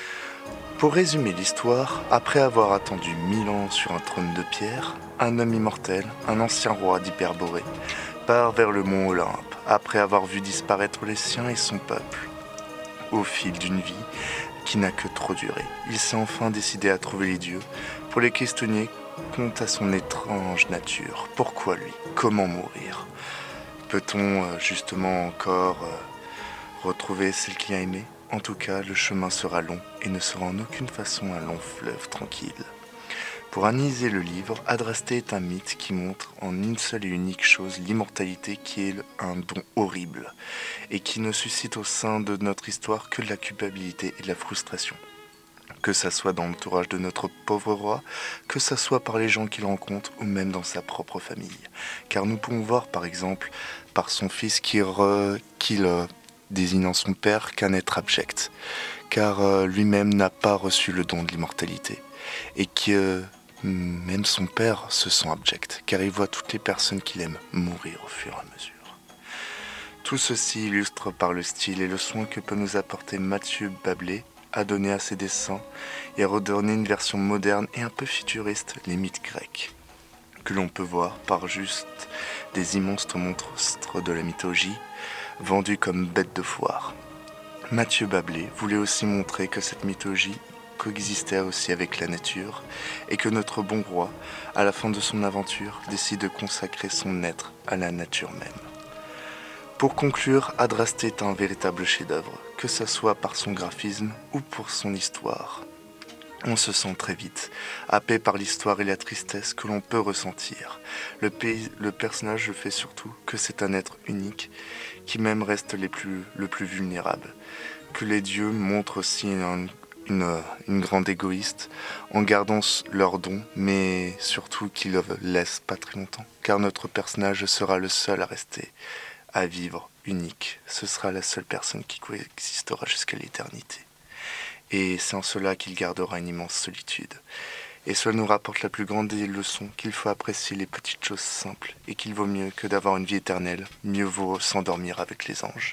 Pour résumer l'histoire, après avoir attendu mille ans sur un trône de pierre, un homme immortel, un ancien roi d'Hyperborée, part vers le mont Olympe, après avoir vu disparaître les siens et son peuple. Au fil d'une vie qui n'a que trop duré, il s'est enfin décidé à trouver les dieux pour les questionner quant à son étrange nature. Pourquoi lui? Comment mourir? Peut-on euh, justement encore euh, retrouver celle qu'il a aimée? En tout cas, le chemin sera long et ne sera en aucune façon un long fleuve tranquille. Pour analyser le livre, Adrastée est un mythe qui montre en une seule et unique chose l'immortalité qui est un don horrible et qui ne suscite au sein de notre histoire que de la culpabilité et de la frustration. Que ça soit dans l'entourage de notre pauvre roi, que ça soit par les gens qu'il rencontre ou même dans sa propre famille. Car nous pouvons voir par exemple par son fils qu'il, re, qu'il euh, désignant son père qu'un être abject, car euh, lui-même n'a pas reçu le don de l'immortalité et que euh, même son père se sent abject, car il voit toutes les personnes qu'il aime mourir au fur et à mesure. Tout ceci illustre par le style et le soin que peut nous apporter Mathieu Bablé à donner à ses dessins et à redonner une version moderne et un peu futuriste les mythes grecs, que l'on peut voir par juste des immenses monstres de la mythologie vendus comme bêtes de foire. Mathieu Bablé voulait aussi montrer que cette mythologie coexistait aussi avec la nature et que notre bon roi, à la fin de son aventure, décide de consacrer son être à la nature même. Pour conclure, Adrastée est un véritable chef-d'œuvre, que ce soit par son graphisme ou pour son histoire. On se sent très vite happé par l'histoire et la tristesse que l'on peut ressentir. Le, pays, le personnage fait surtout que c'est un être unique qui même reste les plus, le plus vulnérable, que les dieux montrent aussi un Une, une grande égoïste en gardant leurs dons, mais surtout qu'ils ne laissent pas très longtemps, car notre personnage sera le seul à rester, à vivre unique. Ce sera la seule personne qui coexistera jusqu'à l'éternité. Et c'est en cela qu'il gardera une immense solitude. Et cela nous rapporte la plus grande des leçons qu'il faut apprécier les petites choses simples et qu'il vaut mieux que d'avoir une vie éternelle, mieux vaut s'endormir avec les anges.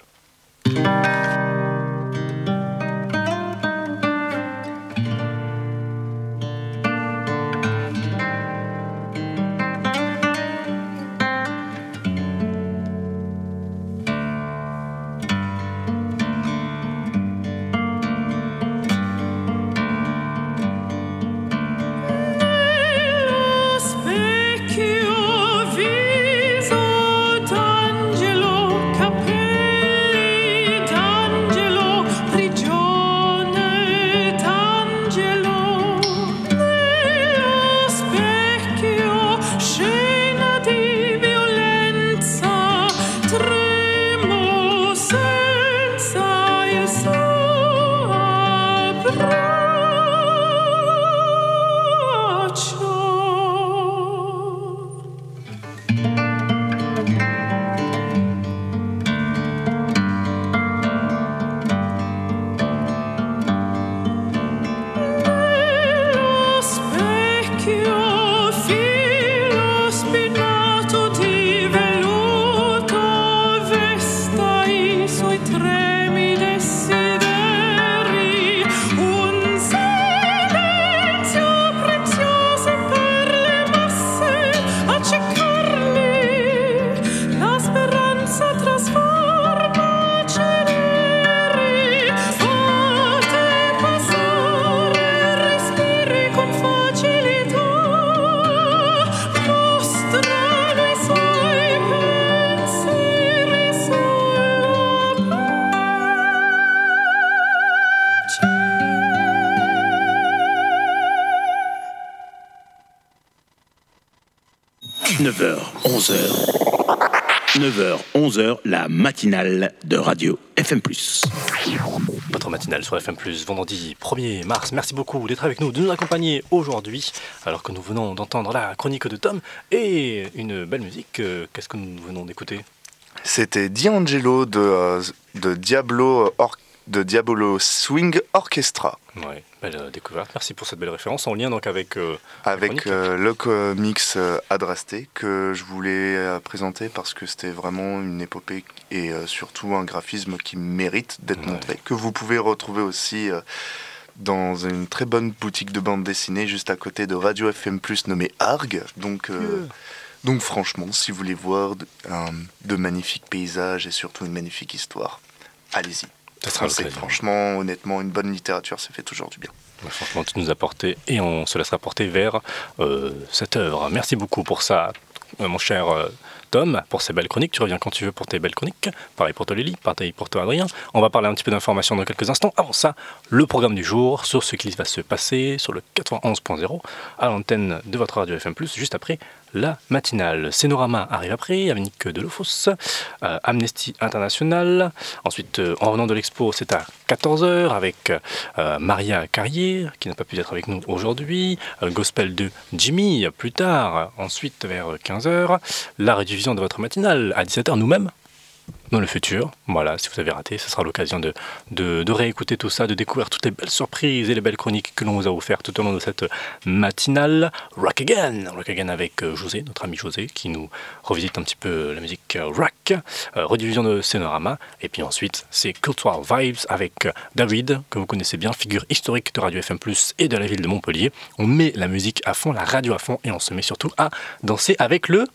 Specchio viso d'angelo, capelli da neuf heures, onze heures. neuf heures, onze heures, la matinale de Radio F M plus. Votre matinale sur F M plus, vendredi premier mars. Merci beaucoup d'être avec nous, de nous accompagner aujourd'hui, alors que nous venons d'entendre la chronique de Tom et une belle musique. Qu'est-ce que nous venons d'écouter ? C'était D'Angelo de, euh, de, Diablo, Or- de Diabolo Swing Orchestra. Ouais, belle euh, découverte. Merci pour cette belle référence. En lien donc avec... Euh, avec euh, le comics euh, Adrasté que je voulais euh, présenter parce que c'était vraiment une épopée et euh, surtout un graphisme qui mérite d'être ouais. montré. Que vous pouvez retrouver aussi euh, dans une très bonne boutique de bande dessinée juste à côté de Radio F M plus nommée Arg. Donc... Euh, yeah. Donc franchement, si vous voulez voir de, un, de magnifiques paysages et surtout une magnifique histoire, allez-y. Ça sera c'est franchement, honnêtement, une bonne littérature, ça fait toujours du bien. Ouais, franchement, tu nous as porté et on se laissera porter vers euh, cette œuvre. Merci beaucoup pour ça, euh, mon cher euh, Tom, pour ces belles chroniques. Tu reviens quand tu veux pour tes belles chroniques. Pareil pour toi Lily, pareil pour toi Adrien. On va parler un petit peu d'informations dans quelques instants. Avant ça, le programme du jour sur ce qui va se passer sur le quatre-vingt-onze point zéro à l'antenne de votre radio F M plus, juste après la matinale. Scénorama arrive après, avec Delofos, euh, Amnesty International. Ensuite, euh, en revenant de l'expo, c'est à quatorze heures avec euh, Maria Carrier, qui n'a pas pu être avec nous aujourd'hui. Euh, Gospel de Jimmy, plus tard. Ensuite, vers quinze heures, la rediffusion de votre matinale à dix-sept heures, nous-mêmes. Dans le futur, voilà, si vous avez raté, ce sera l'occasion de, de, de réécouter tout ça, de découvrir toutes les belles surprises et les belles chroniques que l'on vous a offertes tout au long de cette matinale. Rock Again, Rock Again avec José, notre ami José, qui nous revisite un petit peu la musique rock, euh, rediffusion de Scénorama, et puis ensuite c'est Cultural Vibes avec David, que vous connaissez bien, figure historique de Radio F M plus et de la ville de Montpellier. On met la musique à fond, la radio à fond, et on se met surtout à danser avec le...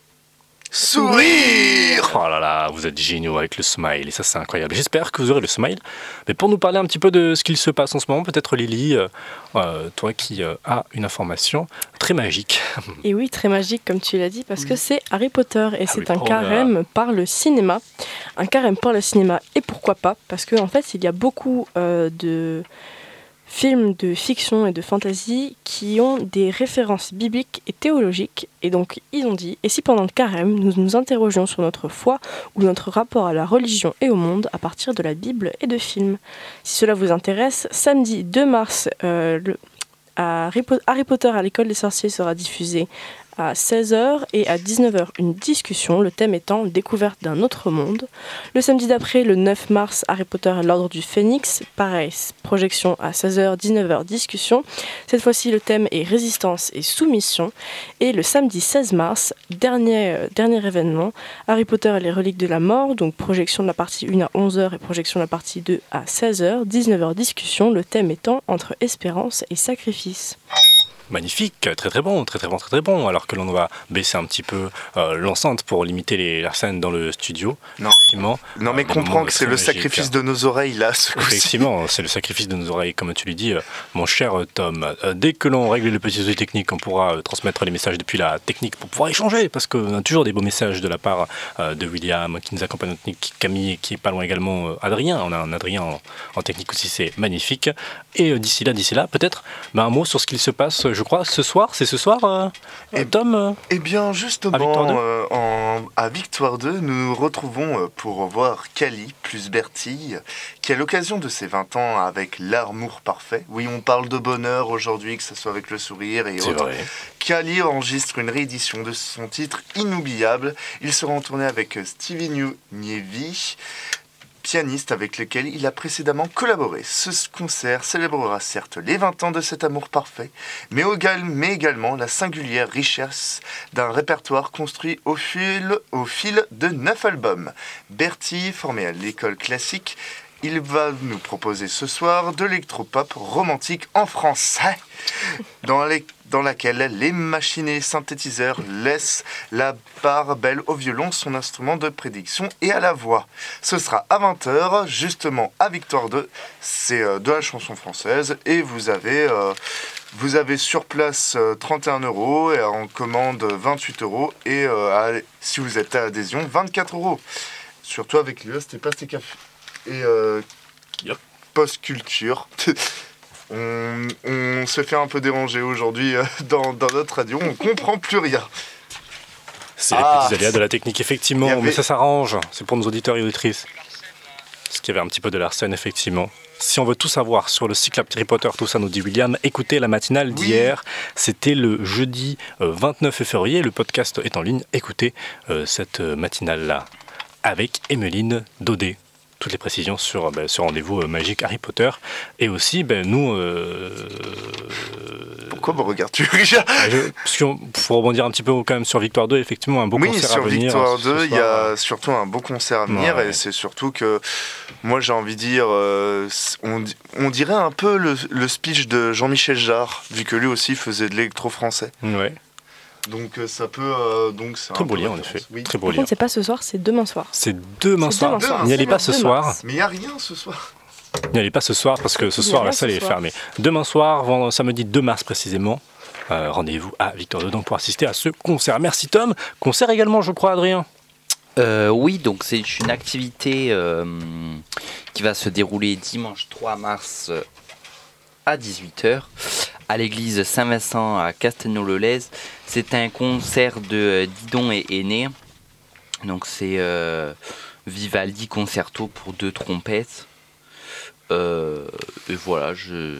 sourire. Oh là là, vous êtes géniaux avec le smile, et ça c'est incroyable. J'espère que vous aurez le smile. Mais pour nous parler un petit peu de ce qu'il se passe en ce moment, peut-être Lily, euh, euh, toi qui euh, as une information très magique. Et oui, très magique comme tu l'as dit, parce oui. que c'est Harry Potter, et ah c'est oui, un oh carême là. par le cinéma. Un carême par le cinéma, et pourquoi pas, parce qu'en en fait il y a beaucoup euh, de... films de fiction et de fantasy qui ont des références bibliques et théologiques. Et donc, ils ont dit, et si pendant le carême, nous nous interrogions sur notre foi ou notre rapport à la religion et au monde à partir de la Bible et de films. Si cela vous intéresse, samedi deux mars, euh, le, à Harry Potter à l'école des sorciers sera diffusé à seize heures et à dix-neuf heures une discussion, le thème étant découverte d'un autre monde. Le samedi d'après, le neuf mars, Harry Potter et l'ordre du Phénix, pareil, projection à seize heures, dix-neuf heures, discussion. Cette fois-ci, le thème est résistance et soumission. Et le samedi seize mars, dernier, euh, dernier événement, Harry Potter et les reliques de la mort, donc projection de la partie un à onze heures et projection de la partie deux à seize heures, dix-neuf heures, discussion, le thème étant entre espérance et sacrifice. Magnifique, très très bon, très très bon, très très bon. Alors que l'on va baisser un petit peu euh, l'enceinte pour limiter les, la scène dans le studio. Non, non mais euh, comprends que c'est le sacrifice de nos oreilles là. Ce Effectivement, c'est le sacrifice de nos oreilles, comme tu le dis, euh, mon cher Tom. Euh, dès que l'on règle les petits soucis techniques, on pourra euh, transmettre les messages depuis la technique pour pouvoir échanger, parce qu'on a toujours des beaux messages de la part euh, de William qui nous accompagne, notre technique, Camille qui est pas loin également, euh, Adrien. On a un Adrien en, en technique aussi, c'est magnifique. Et euh, d'ici là, d'ici là, peut-être bah, un mot sur ce qu'il se passe. Je crois, ce soir, c'est ce soir, euh, et, Tom euh, Eh bien, justement, Victoire euh, en, à Victoire deux, nous nous retrouvons pour voir Cali plus Bertille, qui a l'occasion de ses vingt ans avec l'amour parfait. Oui, on parle de bonheur aujourd'hui, que ce soit avec le sourire et autres. Cali enregistre une réédition de son titre inoubliable. Il sera en tournée avec Stevie Nievy, pianiste avec lequel il a précédemment collaboré. Ce concert célébrera certes les vingt ans de cet amour parfait, mais, mais également la singulière richesse d'un répertoire construit au fil, au fil de neuf albums. Bertille, formé à l'école classique, il va nous proposer ce soir de l'électropop romantique en français, dans, les, dans laquelle les machines et synthétiseurs laissent la part belle au violon, son instrument de prédiction, et à la voix. Ce sera à vingt heures, justement à Victoire deux, c'est euh, de la chanson française, et vous avez... Euh, Vous avez sur place euh, trente et un euros et en commande vingt-huit euros et euh, à, si vous êtes à adhésion, vingt-quatre euros. Surtout avec l'U E, c'était pas café. Et euh, yep. Post-culture. on, on se fait un peu déranger aujourd'hui euh, dans, dans notre radio, on comprend plus rien. C'est Ah, les petits aléas de la technique, effectivement, il y avait- mais ça s'arrange. C'est pour nos auditeurs et auditrices. Parce qu'il y avait un petit peu de l'arsène, effectivement. Si on veut tout savoir sur le cycle Harry Potter, tout ça, nous dit William, écoutez la matinale d'hier. C'était le jeudi euh, vingt-neuf février. Le podcast est en ligne. Écoutez euh, cette euh, matinale-là avec Emeline Daudet. Toutes les précisions sur, euh, ben, ce rendez-vous euh, magique Harry Potter. Et aussi, ben, nous... Euh, Pourquoi me regardes-tu, Richard? Parce qu'il faut rebondir un petit peu quand même sur Victoire deux, effectivement, un beau Oui, concert à sur venir. Victoire ce deux, il y soir. a surtout un beau concert à venir Ouais. et c'est surtout que moi j'ai envie de dire, euh, on, di- on dirait un peu le, le speech de Jean-Michel Jarre, vu que lui aussi faisait de l'électro-français. Ouais. Donc euh, ça peut... euh, donc c'est Très un beau peu lien, en référence. effet. Oui. Très beau Par lien. contre, c'est pas ce soir, c'est demain soir. C'est demain C'est soir. demain soir. N'y allez pas ce deux soir. mars. Mais il n'y a rien ce soir. N'y allez pas ce soir parce que ce Il y a soir rien la salle ce est soir. fermée. Demain soir, vendredi, samedi deux mars précisément, euh, rendez-vous à Victoire deux donc pour assister à ce concert. Merci Tom. Concert également, je crois, Adrien. Euh, oui, donc c'est une activité euh, qui va se dérouler dimanche trois mars euh, à dix-huit heures à l'église Saint-Vincent à Castelnau-le-Lez. C'est un concert de euh, Didon et Aîné. Donc c'est euh, Vivaldi concerto pour deux trompettes. Euh, et voilà, je...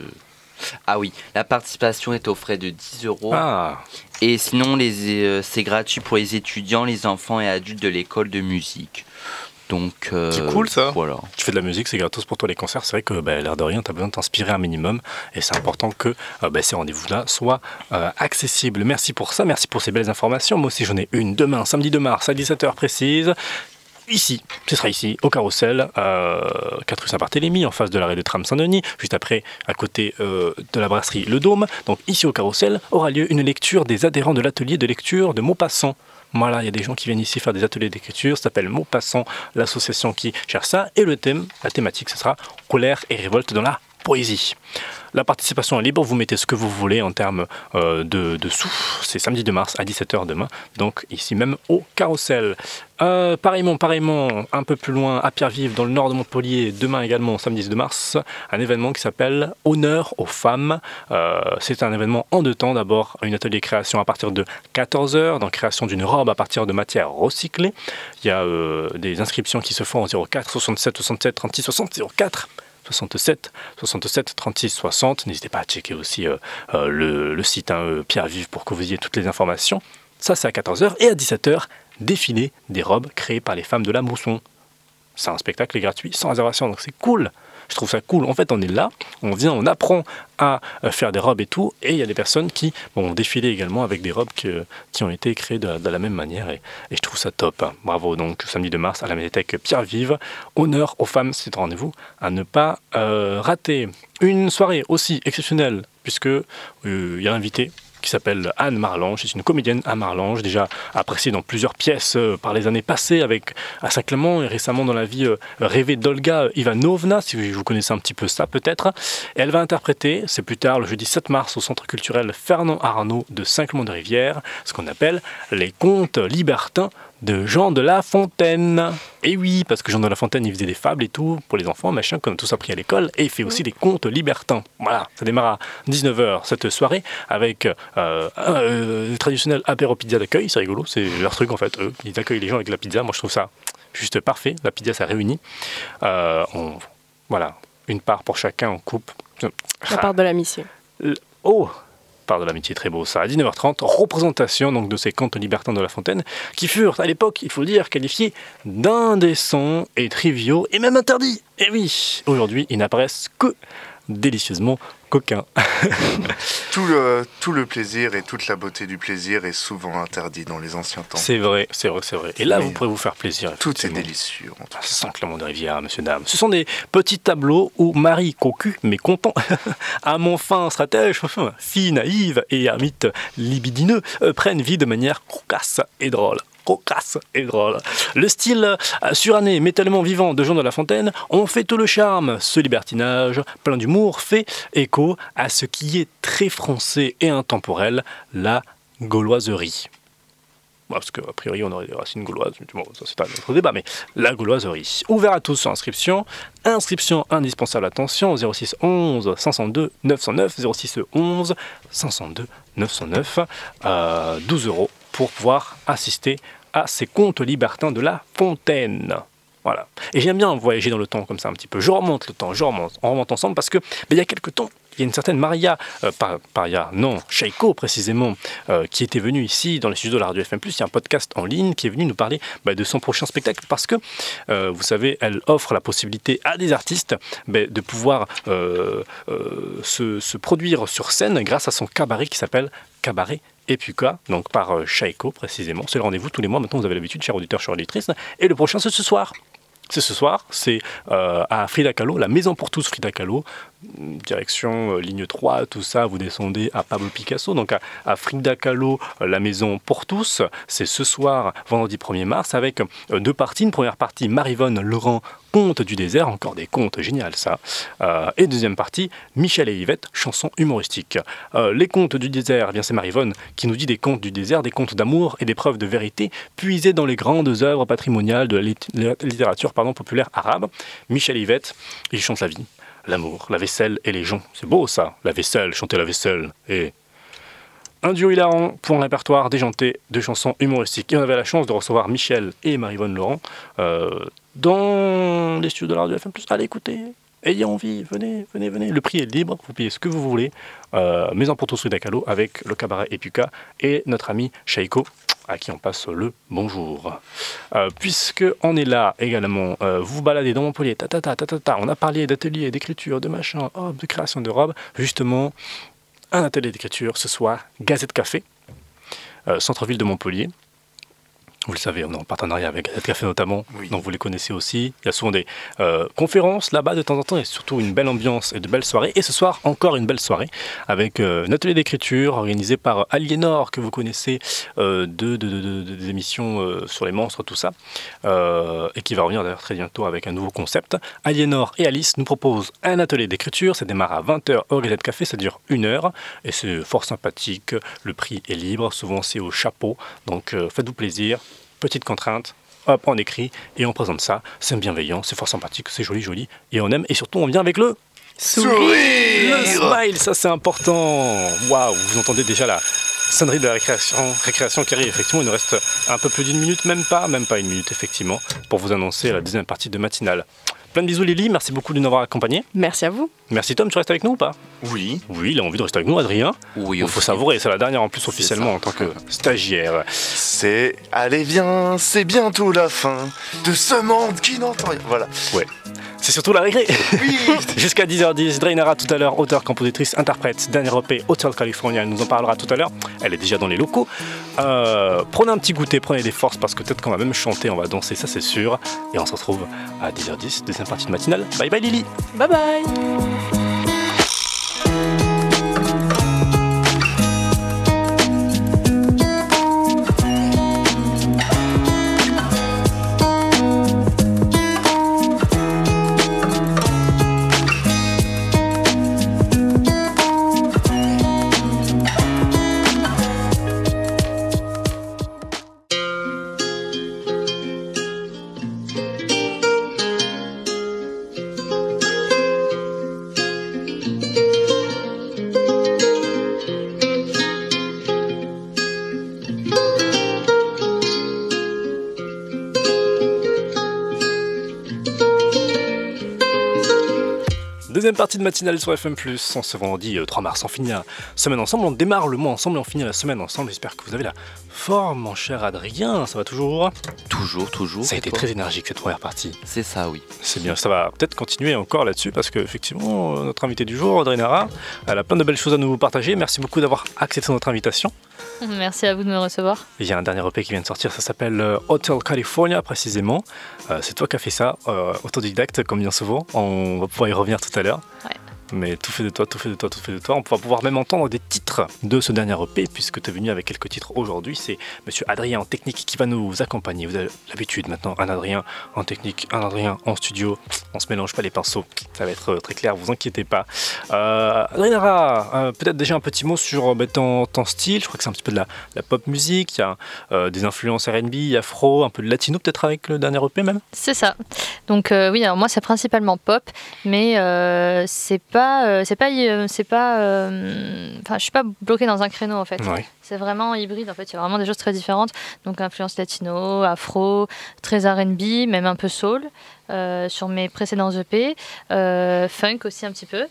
Ah oui, la participation est aux frais de dix euros. Ah. Et sinon, les, euh, c'est gratuit pour les étudiants, les enfants et adultes de l'école de musique. Donc, euh, C'est cool ça. Voilà. Tu fais de la musique, c'est gratos pour toi les concerts. C'est vrai que bah, l'air de rien, tu as besoin de t'inspirer un minimum. Et c'est important que euh, bah, ces rendez-vous-là soient euh, accessibles. Merci pour ça, merci pour ces belles informations. Moi aussi j'en ai une demain, samedi deux mars à dix-sept heures précise. Ici, ce sera ici, au Carrousel, euh, quatre rue Saint-Barthélemy, en face de l'arrêt de tram Saint-Denis, juste après, à côté euh, de la brasserie Le Dôme. Donc ici au Carrousel aura lieu une lecture des adhérents de l'atelier de lecture de Maupassant. Voilà, il y a des gens qui viennent ici faire des ateliers d'écriture, ça s'appelle Maupassant, l'association qui cherche ça. Et le thème, la thématique, ce sera colère et révolte dans la poésie. La participation est libre, vous mettez ce que vous voulez en termes euh, de, de sous. C'est samedi deux mars à dix-sept heures demain, donc ici même au Carrousel. Euh, pareillement, pareillement, un peu plus loin, à Pierre-Vive, dans le nord de Montpellier, demain également, samedi deux mars, un événement qui s'appelle Honneur aux femmes. Euh, c'est un événement en deux temps. D'abord, un atelier création à partir de quatorze heures, dans création d'une robe à partir de matières recyclées. Il y a euh, des inscriptions qui se font au zéro quatre soixante-sept soixante-sept trente-six soixante zéro quatre soixante-sept soixante-sept trente-six soixante. N'hésitez pas à checker aussi euh, euh, le, le site hein, euh, Pierre Vive pour que vous ayez toutes les informations. Ça, c'est à quatorze heures. Et à dix-sept heures, défilé des robes créées par les femmes de la Mousson. C'est un spectacle gratuit, sans réservation, donc c'est cool. Je trouve ça cool. En fait, on est là, on vient, on apprend à faire des robes et tout, et il y a des personnes qui vont défiler également avec des robes que, qui ont été créées de, de la même manière, et, et je trouve ça top. Bravo, donc samedi deux mars à la médiathèque Pierre Vive. Honneur aux femmes, c'est un rendez-vous à ne pas euh, rater. Une soirée aussi exceptionnelle, puisque euh, il y a un invité qui s'appelle Anne Marlange. C'est une comédienne à Marlange, déjà appréciée dans plusieurs pièces euh, par les années passées avec à Saint-Clément et récemment dans la vie euh, rêvée d'Olga Ivanovna, si vous connaissez un petit peu ça peut-être. Et elle va interpréter, c'est plus tard le jeudi sept mars au Centre culturel Fernand Arnault de Saint-Clément-de-Rivière, ce qu'on appelle les contes libertins de Jean de La Fontaine. Et oui, parce que Jean de La Fontaine, il faisait des fables et tout pour les enfants, machin, qu'on a tous appris à l'école, et il fait aussi des contes libertins. Voilà, ça démarre à dix-neuf heures cette soirée avec euh, un euh, traditionnel apéro pizza d'accueil. C'est rigolo, c'est leur truc en fait. Eux, ils accueillent les gens avec la pizza. Moi, je trouve ça juste parfait. La pizza, ça réunit. Euh, on, voilà, une part pour chacun, on coupe. La part de l'amitié. Oh, part de l'amitié, très beau ça. À dix-neuf heures trente, représentation donc de ces contes libertins de La Fontaine qui furent à l'époque, il faut le dire, qualifiés d'indécents et triviaux et même interdits. Et oui, aujourd'hui, ils n'apparaissent que délicieusement coquins. tout, le, tout le plaisir et toute la beauté du plaisir est souvent interdit dans les anciens temps. C'est vrai, c'est vrai, c'est vrai. Et là, Mais vous pourrez vous faire plaisir. Tout est délicieux. Saint-Clément de Rivière, monsieur, dame. Ce sont des petits tableaux où Marie cocu, mais content, amant fin, stratège, enfin, fille naïve et ermite libidineux, euh, prennent vie de manière cocasse et drôle. Cocasse et drôle. Le style euh, suranné mais tellement vivant de Jean de La Fontaine ont fait tout le charme. Ce libertinage plein d'humour fait écho à ce qui est très français et intemporel, la gauloiserie. Bon, parce qu'a priori on aurait des racines gauloises, bon, ça c'est un autre débat, mais la gauloiserie. Ouvert à tous sur inscription. Inscription indispensable, attention, zéro six onze cinq cent deux neuf cent neuf, zéro six onze cinq cent deux neuf cent neuf, euh, douze euros pour pouvoir assister à ces contes libertins de La Fontaine. Voilà. Et j'aime bien voyager dans le temps comme ça un petit peu. Je remonte le temps, je remonte, on remonte ensemble parce que ben, il y a quelques temps, il y a une certaine Maria, euh, pas, Maria, non, Shaiko précisément, euh, qui était venue ici dans les studios de la radio F M plus. Il y a un podcast en ligne qui est venu nous parler bah, de son prochain spectacle parce que, euh, vous savez, elle offre la possibilité à des artistes bah, de pouvoir euh, euh, se, se produire sur scène grâce à son cabaret qui s'appelle Cabaret Epuka, donc par euh, Shaiko précisément. C'est le rendez-vous tous les mois. Maintenant, vous avez l'habitude, chers auditeurs, chers auditrices. Et le prochain, c'est ce soir. C'est ce soir, c'est euh, à Frida Kahlo, la maison pour tous Frida Kahlo, direction euh, ligne trois, tout ça, vous descendez à Pablo Picasso, donc à, à Frida Kahlo, euh, la maison pour tous, c'est ce soir, vendredi premier mars, avec euh, deux parties. Une première partie, Marivonne Laurent, Contes du désert, encore des contes, génial ça. Euh, et deuxième partie, Michel et Yvette, chansons humoristiques. Euh, les contes du désert, eh bien c'est Marivonne qui nous dit des contes du désert, des contes d'amour et des preuves de vérité, puisés dans les grandes œuvres patrimoniales de la lit- littérature pardon, populaire arabe. Michel et Yvette, ils chantent la vie, l'amour, la vaisselle et les gens. C'est beau ça, la vaisselle, chanter la vaisselle. Et un duo hilarant pour un répertoire déjanté de chansons humoristiques. Et on avait la chance de recevoir Michel et Marivonne Laurent euh, dans les studios de la radio F M plus. Allez écoutez, ayez envie, venez, venez, venez. Le prix est libre, vous payez ce que vous voulez. Euh, Maison pour tous Frida Kahlo avec le cabaret Epuka et notre ami Shaiko, à qui on passe le bonjour. Euh, puisque on est là également, euh, vous vous baladez dans Montpellier, ta, ta, ta, ta, ta, ta, on a parlé d'atelier, d'écriture, de machin, hop, de création de robes. Justement, un atelier d'écriture ce soir, Gazette Café, euh, centre-ville de Montpellier. Vous le savez, on est en partenariat avec Gazette Café notamment, oui. Donc vous les connaissez aussi. Il y a souvent des euh, conférences là-bas de temps en temps et surtout une belle ambiance et de belles soirées. Et ce soir, encore une belle soirée avec euh, un atelier d'écriture organisé par Aliénor, que vous connaissez euh, de, de, de, de, des émissions euh, sur les monstres, tout ça, euh, et qui va revenir d'ailleurs très bientôt avec un nouveau concept. Aliénor et Alice nous proposent un atelier d'écriture. Ça démarre à vingt heures au Gazette Café, ça dure une heure et c'est fort sympathique. Le prix est libre, souvent c'est au chapeau, donc euh, faites-vous plaisir. Petite contrainte, hop, on écrit et on présente ça. C'est bienveillant, c'est fort sympathique, c'est joli, joli. Et on aime, et surtout on vient avec le sourire. Le smile, ça c'est important. Waouh, vous entendez déjà la sonnerie de la récréation, récréation qui arrive. Effectivement, il nous reste un peu plus d'une minute, même pas, même pas une minute, effectivement, pour vous annoncer la deuxième partie de matinale. Plein de bisous Lily, merci beaucoup de nous avoir accompagnés. Merci à vous. Merci Tom, tu restes avec nous ou pas? Oui. Oui, il a envie de rester avec nous, Adrien. Oui, il faut savourer, c'est la dernière en plus officiellement en tant que stagiaire. C'est allez viens, c'est bientôt la fin de ce monde qui n'entend rien. Voilà. Ouais. C'est surtout la récré. Oui. Jusqu'à dix heures dix, Drainara tout à l'heure, auteure, compositrice, interprète, dernière E P, Hotel California, elle nous en parlera tout à l'heure. Elle est déjà dans les locaux. Euh, prenez un petit goûter, prenez des forces parce que peut-être qu'on va même chanter, on va danser, ça c'est sûr. Et on se retrouve à dix heures dix, deuxième partie de matinale. Bye bye Lily. Bye bye. Deuxième partie de matinale sur F M plus, on se vendredi trois mars, on finit la semaine ensemble, on démarre le mois ensemble et on finit la semaine ensemble. J'espère que vous avez la forme, mon cher Adrien, ça va toujours? Toujours, toujours. Ça a été toi. très énergique cette première partie. C'est ça, oui. C'est bien, ça va peut-être continuer encore là-dessus parce qu'effectivement, notre invité du jour, Audrey Nara, elle a plein de belles choses à nous partager. Merci beaucoup d'avoir accepté notre invitation. Merci à vous de me recevoir. Il y a un dernier E P qui vient de sortir, ça s'appelle Hotel California précisément. Euh, c'est toi qui as fait ça, euh, autodidacte comme bien souvent. On va pouvoir y revenir tout à l'heure. Ouais. Mais tout fait de toi, tout fait de toi, tout fait de toi. On va pouvoir même entendre des titres de ce dernier E P, puisque tu es venu avec quelques titres aujourd'hui. C'est monsieur Adrien en technique qui va nous accompagner. Vous avez l'habitude maintenant, un Adrien en technique, un Adrien en studio. On se mélange pas les pinceaux. Ça va être très clair, vous inquiétez pas. Euh, Adrien Nara, euh, peut-être déjà un petit mot sur bah, ton, ton style. Je crois que c'est un petit peu de la, la pop musique. Il y a euh, des influences R and B, afro, un peu de latino peut-être avec le dernier E P même. C'est ça. Donc euh, oui, alors moi c'est principalement pop, mais euh, c'est pas pas, euh, c'est pas, euh, c'est pas, euh, enfin, je suis pas bloquée dans un créneau en fait. Ouais. C'est vraiment hybride en fait. Il y a vraiment des choses très différentes. Donc influence latino, afro, très R and B, même un peu soul euh, sur mes précédents E P, euh, funk aussi un petit peu.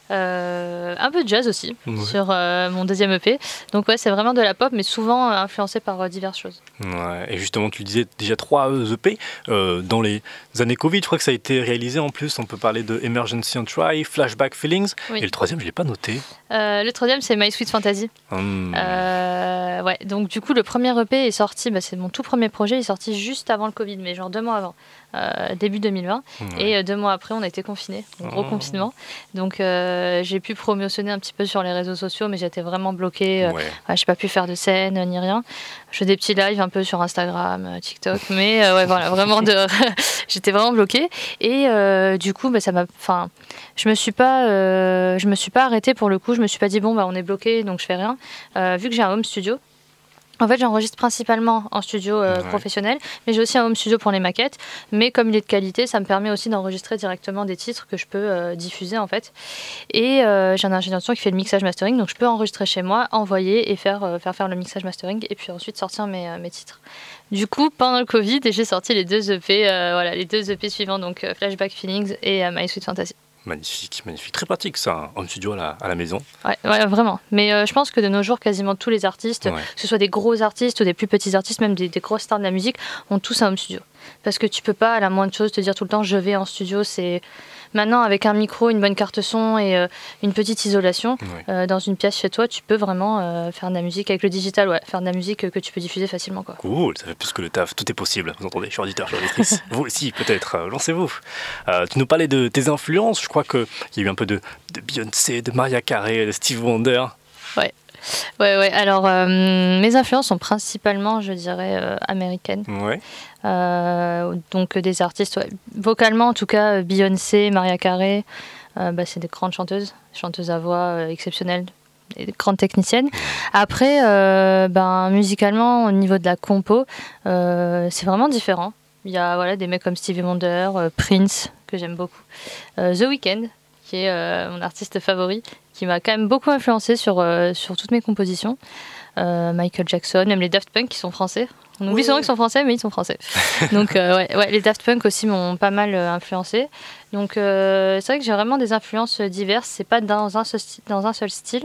Euh, un peu de jazz aussi Ouais. sur euh, mon deuxième E P. Donc ouais, c'est vraiment de la pop, mais souvent euh, influencé par euh, diverses choses. Ouais, et justement, tu le disais déjà trois E P euh, dans les années Covid. Je crois que ça a été réalisé en plus. On peut parler de Emergency on Try, Flashback Feelings. Oui. Et le troisième, je l'ai pas noté. Euh, le troisième, c'est My Sweet Fantasy. Hum. Euh, ouais, donc du coup, le premier E P est sorti, bah, c'est mon tout premier projet, il est sorti juste avant le Covid, mais genre deux mois avant, euh, début deux mille vingt. Ouais. Et euh, deux mois après, on a été confinés, donc gros Oh. confinement. Donc euh, j'ai pu promotionner un petit peu sur les réseaux sociaux, mais j'étais vraiment bloquée. Euh, Ouais. ouais, j'ai pas pu faire de scène euh, ni rien. Je fais des petits lives un peu sur Instagram, euh, TikTok, mais euh, ouais, voilà, vraiment de. J'étais vraiment bloquée. Et euh, du coup, bah, ça m'a. Enfin, je me suis pas, euh, je me suis pas arrêtée pour le coup. Je me suis pas dit bon bah on est bloqué, donc je fais rien. Euh, vu que j'ai un home studio. En fait, j'enregistre principalement en studio euh, Ouais. professionnel, mais j'ai aussi un home studio pour les maquettes. Mais comme il est de qualité, ça me permet aussi d'enregistrer directement des titres que je peux euh, diffuser en fait. Et euh, j'ai un ingénieur de son qui fait le mixage mastering, donc je peux enregistrer chez moi, envoyer et faire euh, faire faire le mixage mastering, et puis ensuite sortir mes, euh, mes titres. Du coup, pendant le Covid, j'ai sorti les deux E P, euh, voilà, les deux E P suivants, donc euh, Flashback Feelings et euh, My Sweet Fantasy. Magnifique, magnifique. Très pratique ça, un home studio à la, à la maison. Ouais, ouais, vraiment. Mais euh, je pense que de nos jours, quasiment tous les artistes, Ouais. que ce soit des gros artistes ou des plus petits artistes, même des, des grosses stars de la musique, ont tous un home studio. Parce que tu peux pas, à la moindre chose, te dire tout le temps je vais en studio. C'est maintenant avec un micro, une bonne carte son et euh, une petite isolation Ouais. euh, dans une pièce chez toi, tu peux vraiment euh, faire de la musique avec le digital, ouais, faire de la musique euh, que tu peux diffuser facilement, quoi. Cool, ça fait plus que le taf, tout est possible. Vous entendez, je suis auditeur, je suis auditrice. Vous aussi, peut-être, euh, lancez-vous. Euh, tu nous parlais de tes influences, je crois qu'il y a eu un peu de, de Beyoncé, de Mariah Carey, de Stevie Wonder. Ouais. Ouais, ouais. Alors, euh, mes influences sont principalement, je dirais, euh, américaines. Ouais. Euh, donc, des artistes, ouais. Vocalement, en tout cas, Beyoncé, Mariah Carey, euh, bah, c'est des grandes chanteuses, chanteuses à voix euh, exceptionnelles, et des grandes techniciennes. Après, euh, ben, musicalement, au niveau de la compo, euh, c'est vraiment différent. Il y a voilà, des mecs comme Stevie Wonder, euh, Prince, que j'aime beaucoup, euh, The Weeknd, qui est euh, mon artiste favori, qui m'a quand même beaucoup influencé sur, euh, sur toutes mes compositions. Euh, Michael Jackson, même les Daft Punk qui sont français. On oublie Oui. souvent qu'ils sont français, mais ils sont français. Donc euh, ouais, ouais, les Daft Punk aussi m'ont pas mal euh, influencé. Donc euh, c'est vrai que j'ai vraiment des influences diverses. C'est pas dans un seul, sti- dans un seul style.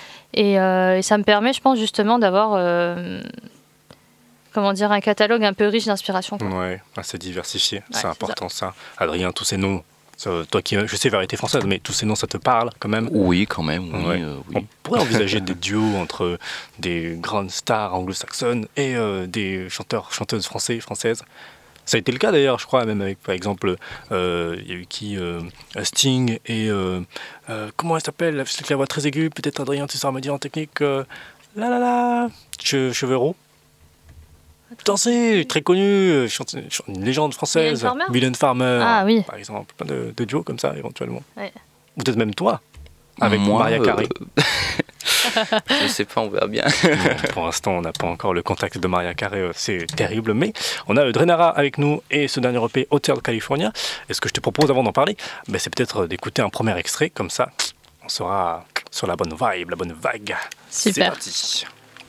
Et, euh, et ça me permet, je pense, justement d'avoir euh, comment dire, un catalogue un peu riche d'inspiration, quoi. Ouais, assez diversifié, c'est c'est important ça. Adrien, tous ces noms, ça, toi qui, je sais, variété française, mais tous ces noms, ça te parle quand même? Oui, quand même, oui. Ouais. euh, oui. On pourrait envisager des duos entre des grandes stars anglo-saxonnes et euh, des chanteurs, chanteuses français, françaises. Ça a été le cas d'ailleurs, je crois, même avec, par exemple, euh, il y a eu qui euh, Sting et euh, euh, comment elle s'appelle, celle qui a la voix très aiguë, peut-être Adrien, tu sauras me dire en technique, euh, la la la, che, Chevreau. Danser, très connu, euh, chante- chante- une légende française, Mylène Farmer Mylène Farmer, Ah oui. par exemple, plein de, de duos comme ça éventuellement. Ouais. Ou peut-être même toi, avec Moi, Mariah euh, Carey. Je sais pas, on verra bien. Bon, pour l'instant, on n'a pas encore le contact de Mariah Carey, euh, c'est terrible, mais on a euh, Drenara avec nous et ce dernier E P, Hotel California. Et ce que je te propose avant d'en parler, ben, c'est peut-être euh, d'écouter un premier extrait, comme ça, on sera sur la bonne vibe, la bonne vague. C'est Super. parti.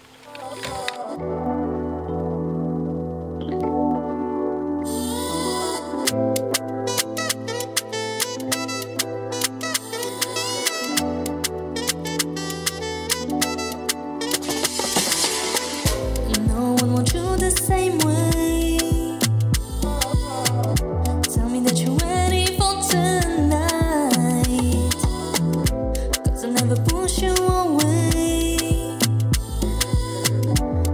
No one wants you the same way. Tell me that you're ready for tonight, 'cause I never push you away.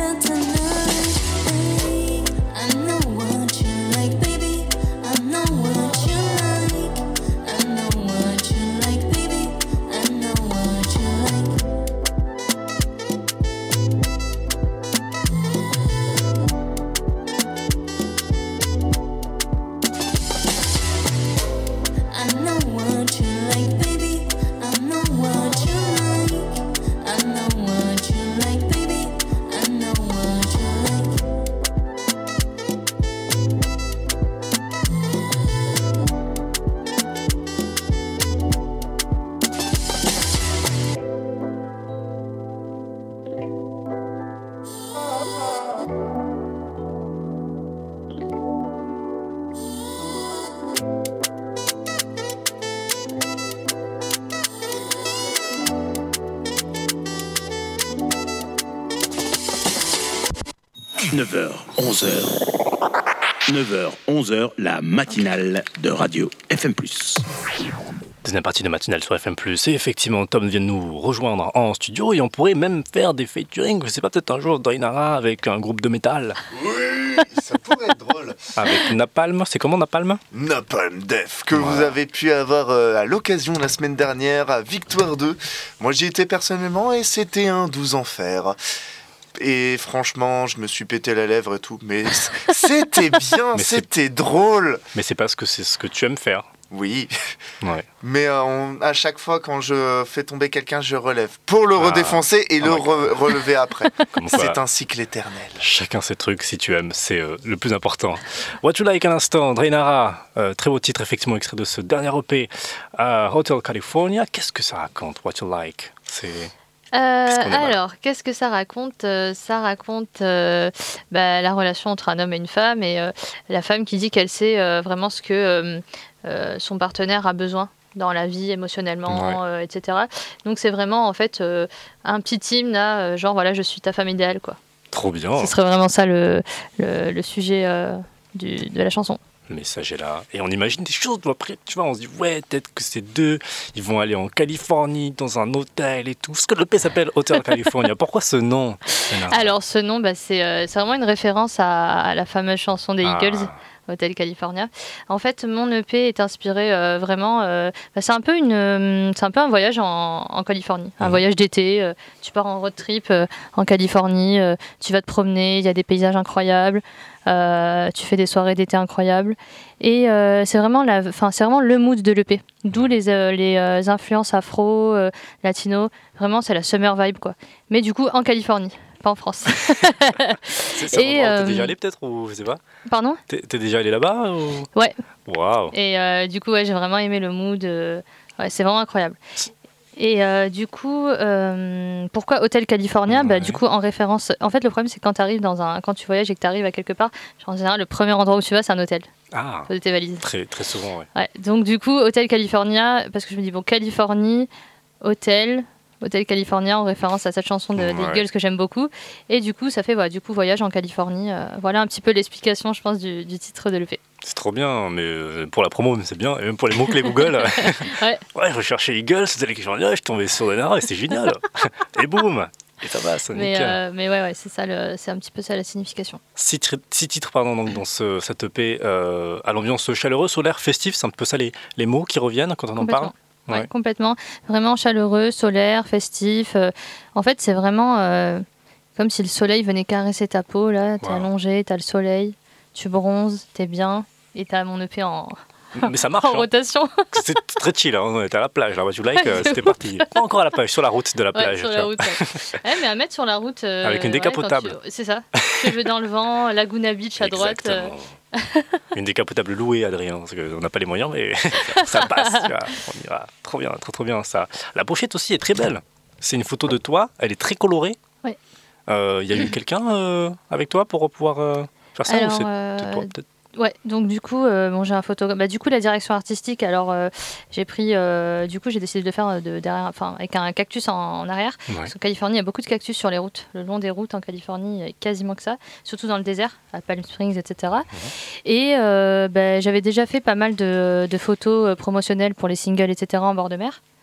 out tonight. I know what you like, baby. I know what you like. I know what you like, baby. I know what you like. I know what you like, baby. I know what you like. I know what you like, baby. I know what you like. neuf heures, onze heures. neuf heures, onze heures, la matinale de Radio F M plus. Deuxième partie de matinale sur F M plus. Et effectivement, Tom vient de nous rejoindre en studio et on pourrait même faire des featuring. Je sais pas, peut-être un jour Dainara avec un groupe de métal. Oui, ça pourrait être drôle. Avec Napalm, c'est comment Napalm Napalm Death, que vous avez pu avoir euh, à l'occasion la semaine dernière à Victoire deux. Moi j'y étais personnellement et c'était un doux enfer. Et franchement, je me suis pété la lèvre et tout, mais c'était bien, Mais c'est- c'était drôle. Mais c'est parce que c'est ce que tu aimes faire. Oui, Ouais. mais euh, on- à chaque fois quand je fais tomber quelqu'un, je relève pour le Ah. redéfoncer et Oh le my God. re- relever après. Comme quoi. C'est un cycle éternel. Chacun ses trucs, si tu aimes, c'est euh, le plus important. What You Like à l'instant, Dainara, euh, très beau titre, effectivement, extrait de ce dernier E P, euh, Hotel California. Qu'est-ce que ça raconte, What You Like C'est... Euh, Qu'est-ce qu'on est mal. alors, qu'est-ce que ça raconte Euh, Ça raconte euh, bah, la relation entre un homme et une femme, et euh, la femme qui dit qu'elle sait euh, vraiment ce que euh, euh, son partenaire a besoin dans la vie, émotionnellement, Ouais. euh, et cetera. Donc c'est vraiment en fait euh, un petit hymne là, euh, genre voilà, je suis ta femme idéale, quoi. Trop bien. Ce serait vraiment ça le, le, le sujet euh, du, de la chanson. Le message est là. Et on imagine des choses. Après, tu vois, on se dit, ouais, peut-être que ces deux, ils vont aller en Californie, dans un hôtel et tout. Parce que le P s'appelle Hotel California. Pourquoi ce nom Dainara Alors ce nom, bah, c'est euh, c'est vraiment une référence à, à la fameuse chanson des Ah. Eagles, Hotel California. En fait, mon E P est inspiré euh, vraiment. euh, bah, c'est un peu une, euh, c'est un peu un voyage en, en Californie, un Mhm. voyage d'été. euh, tu pars en road trip euh, en Californie, euh, tu vas te promener, il y a des paysages incroyables. euh, tu fais des soirées d'été incroyables et euh, c'est vraiment la, enfin c'est vraiment le mood de l'E P. D'où les, euh, les euh, influences afro, euh, latino. Vraiment, c'est la summer vibe, quoi. Mais du coup en Californie, pas en France. C'est c'est un Et, endroit où t'es euh, déjà allé peut-être ou je sais pas. Pardon? T'es t'es déjà allé là-bas ou... Ouais. Waouh. Et euh, du coup, ouais, j'ai vraiment aimé le mood. euh, ouais, c'est vraiment incroyable. Et euh, du coup, euh, pourquoi Hotel California? Bah, du coup, en référence. En fait, le problème, c'est que quand, t'arrives dans un, quand tu voyages et que tu arrives à quelque part, genre, en général, le premier endroit où tu vas, c'est un hôtel. Ah. De tes valises. Très, très souvent, ouais. Ouais, donc, du coup, Hotel California, parce que je me dis, bon, Californie, hôtel. Hotel California en référence à cette chanson de, des Ouais. Eagles que j'aime beaucoup. Et du coup, ça fait voilà, du coup, voyage en Californie. euh, voilà un petit peu l'explication, je pense, du, du titre de l'E P. C'est trop bien, mais euh, pour la promo, c'est bien. Et même pour les mots-clés Google. Ouais. Ouais, je recherchais Eagles, Hotel California, je suis tombé sur Dainara et c'était génial. Et boum. Et ça va, ça Mais, nickel. euh, mais ouais, ouais c'est ça, le- c'est un petit peu ça la signification. Six, tri- six titres pardon, donc, dans ce, cette E P euh, à l'ambiance chaleureuse, solaire, festif, c'est un peu ça les, les mots qui reviennent quand on en parle. Ouais, complètement. Vraiment chaleureux, solaire, festif. euh, en fait, c'est vraiment euh, comme si le soleil venait caresser ta peau. Là, t'es Wow. allongé, t'as le soleil, tu bronzes, t'es bien, et t'as mon E P en, Mais ça marche. en hein. rotation. C'est très chill, hein. On était à la plage, là, What You Like, euh, c'était parti. Pas encore à la plage, sur la route de la Ouais, plage. sur tu la vois. route. Ouais. Ouais, mais à mettre sur la route. euh, Avec une ouais, décapotable. quand tu- C'est ça. Cheveux dans le vent, Laguna Beach à droite. euh, Exactement. Une décapotable louée, Adrien, parce qu'on n'a pas les moyens, mais ça passe, tu vois. On ira. Trop bien, trop trop bien ça. La pochette aussi est très belle. C'est une photo de toi, elle est très colorée. Il Ouais. y a eu quelqu'un euh, avec toi pour pouvoir euh, faire ça Alors, ou c'est euh, peut-être toi, peut-être Ouais, donc du coup, euh, bon, j'ai un photographe. Bah, du coup, la direction artistique, alors euh, j'ai pris. euh, du coup, j'ai décidé de le faire euh, de, derrière, enfin, avec un cactus en, en arrière. Ouais. Parce qu'en Californie, il y a beaucoup de cactus sur les routes. Le long des routes en Californie, il y a quasiment que ça. Surtout dans le désert, à Palm Springs, et cetera. Et euh, bah, j'avais déjà fait pas mal de, de photos euh, promotionnelles pour les singles, et cetera en bord de mer.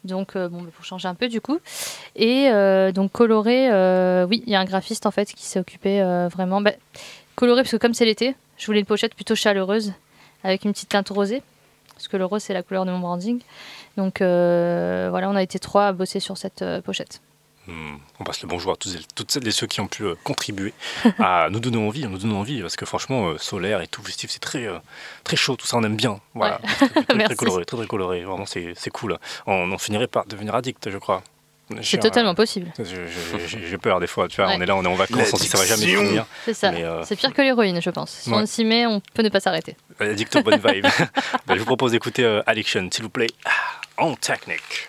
Donc, euh, bon, bah, pour changer un peu du coup. Et euh, donc coloré, euh, oui, il y a un graphiste en fait qui s'est occupé euh, vraiment. Bah, coloré parce que comme c'est l'été, je voulais une pochette plutôt chaleureuse avec une petite teinte rosée. Parce que le rose c'est la couleur de mon branding. Donc euh, voilà, on a été trois à bosser sur cette euh, pochette. Hmm, on passe le bonjour à tous, toutes celles et ceux qui ont pu euh, contribuer à nous donner envie, à nous donner envie, parce que franchement, euh, solaire et tout, festif, c'est très, euh, très chaud, tout ça, on aime bien. Voilà, Ouais. très, très, très, Merci. coloré, très, très coloré, vraiment, c'est, c'est cool. On en finirait par devenir addict, je crois. C'est totalement possible. Je- je- J'ai j'ai peur des fois, tu vois, Ouais. on est là, on est en vacances, on se dit ça va jamais L'addiction. finir. C'est ça. Mais, euh, C'est pire que l'héroïne, je pense. Si Ouais. on s'y met, on peut ne pas s'arrêter. addict aux bonnes vibes. Bah, je vous propose d'écouter euh, Addiction, s'il vous plaît, ah, en technique.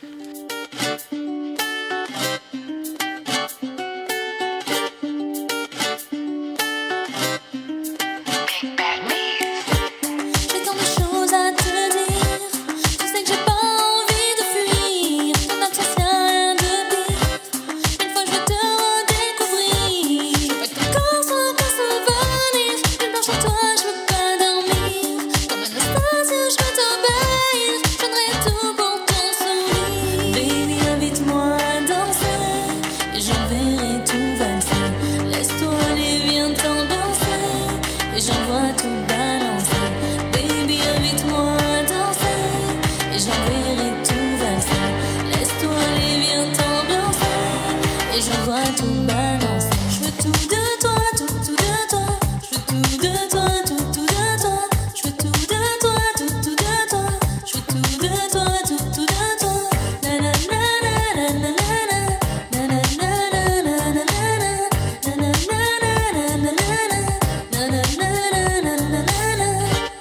J'ai tant de choses à te dire. Tu sais que j'ai pas envie de fuir. Ton absence y'a rien de pire. Une fois je vais te redécouvrir. Je veux que ton corps soit qu'un souvenir. Une blanche en toi, je veux pas dormir. Comme Anastasia, je veux t'obéir. Je donnerai tout pour ton sourire. Baby, invite-moi à danser. Et j'enverrai tout valser. Laisse-toi aller, viens t'ambiancer. Et j'envoie tout balancer. Baby, invite-moi à danser. Et j'enverrai tout valser. Laisse-toi aller, viens t'ambiancer. Et j'envoie tout balancer. Je veux tout de toi, tout, tout de toi. Je veux tout de toi, tout, tout de toi. Je veux tout de toi, tout, tout de toi. Je veux tout de toi, tout, tout de toi. Na na na na na na na. Na na na na na na na. Na na na na na na na. Na na na na na na na.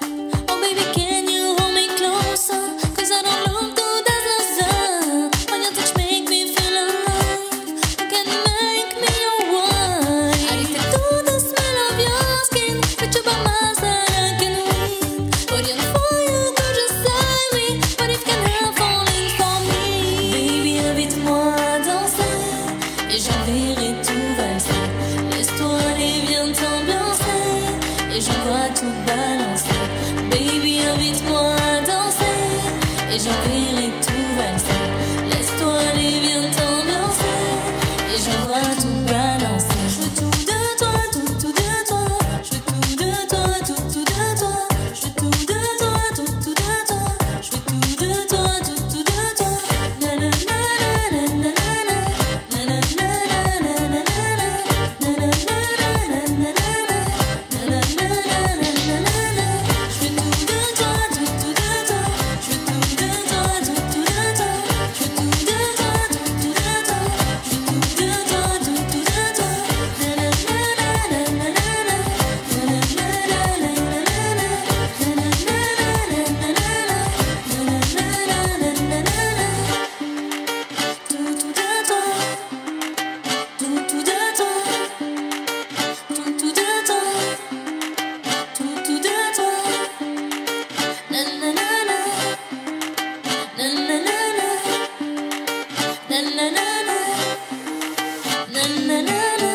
Oh baby, can you hold me closer? 'Cause I don't look good as the sun. When your touch make me feel alive, you can make me your wife. Addicted to the smell of your skin, but you by my side I can win. Waiting for you, girl, just say oui. But if can help falling for me, baby, invite-moi à danser. Et j'enverrai tout valser. Laisse-toi aller, viens t'ambiancer. Et j'envoie tout balancer. Baby, invite-moi à danser. Et j'enverrai tout valser. Laisse-toi aller, viens t'ambiancer. Et j'envoie tout balancer. Je veux tout de toi, tout, tout de toi. Je veux tout de toi, tout, tout de toi. Je veux tout de toi, tout, tout de toi. Je veux tout de toi, tout, tout de toi. Na na na na na na na. Na na na na na na na. Na na na na na na na. Na na na na na na na. Je veux tout de toi, tout, tout de toi. Je veux tout de toi, tout, tout de toi. Je veux tout de toi, tout, tout de toi. Je veux tout de toi, tout, tout de toi. Na na na na na na na. Na na na na na na na. Na na na na na na na. Na na na na na na na. Na na na na na na na. Tout, tout de toi. Tout, tout de toi. Tout, tout de toi. Tout, tout de toi. Na na na na. Na na na na. Na na na na. Na na na na.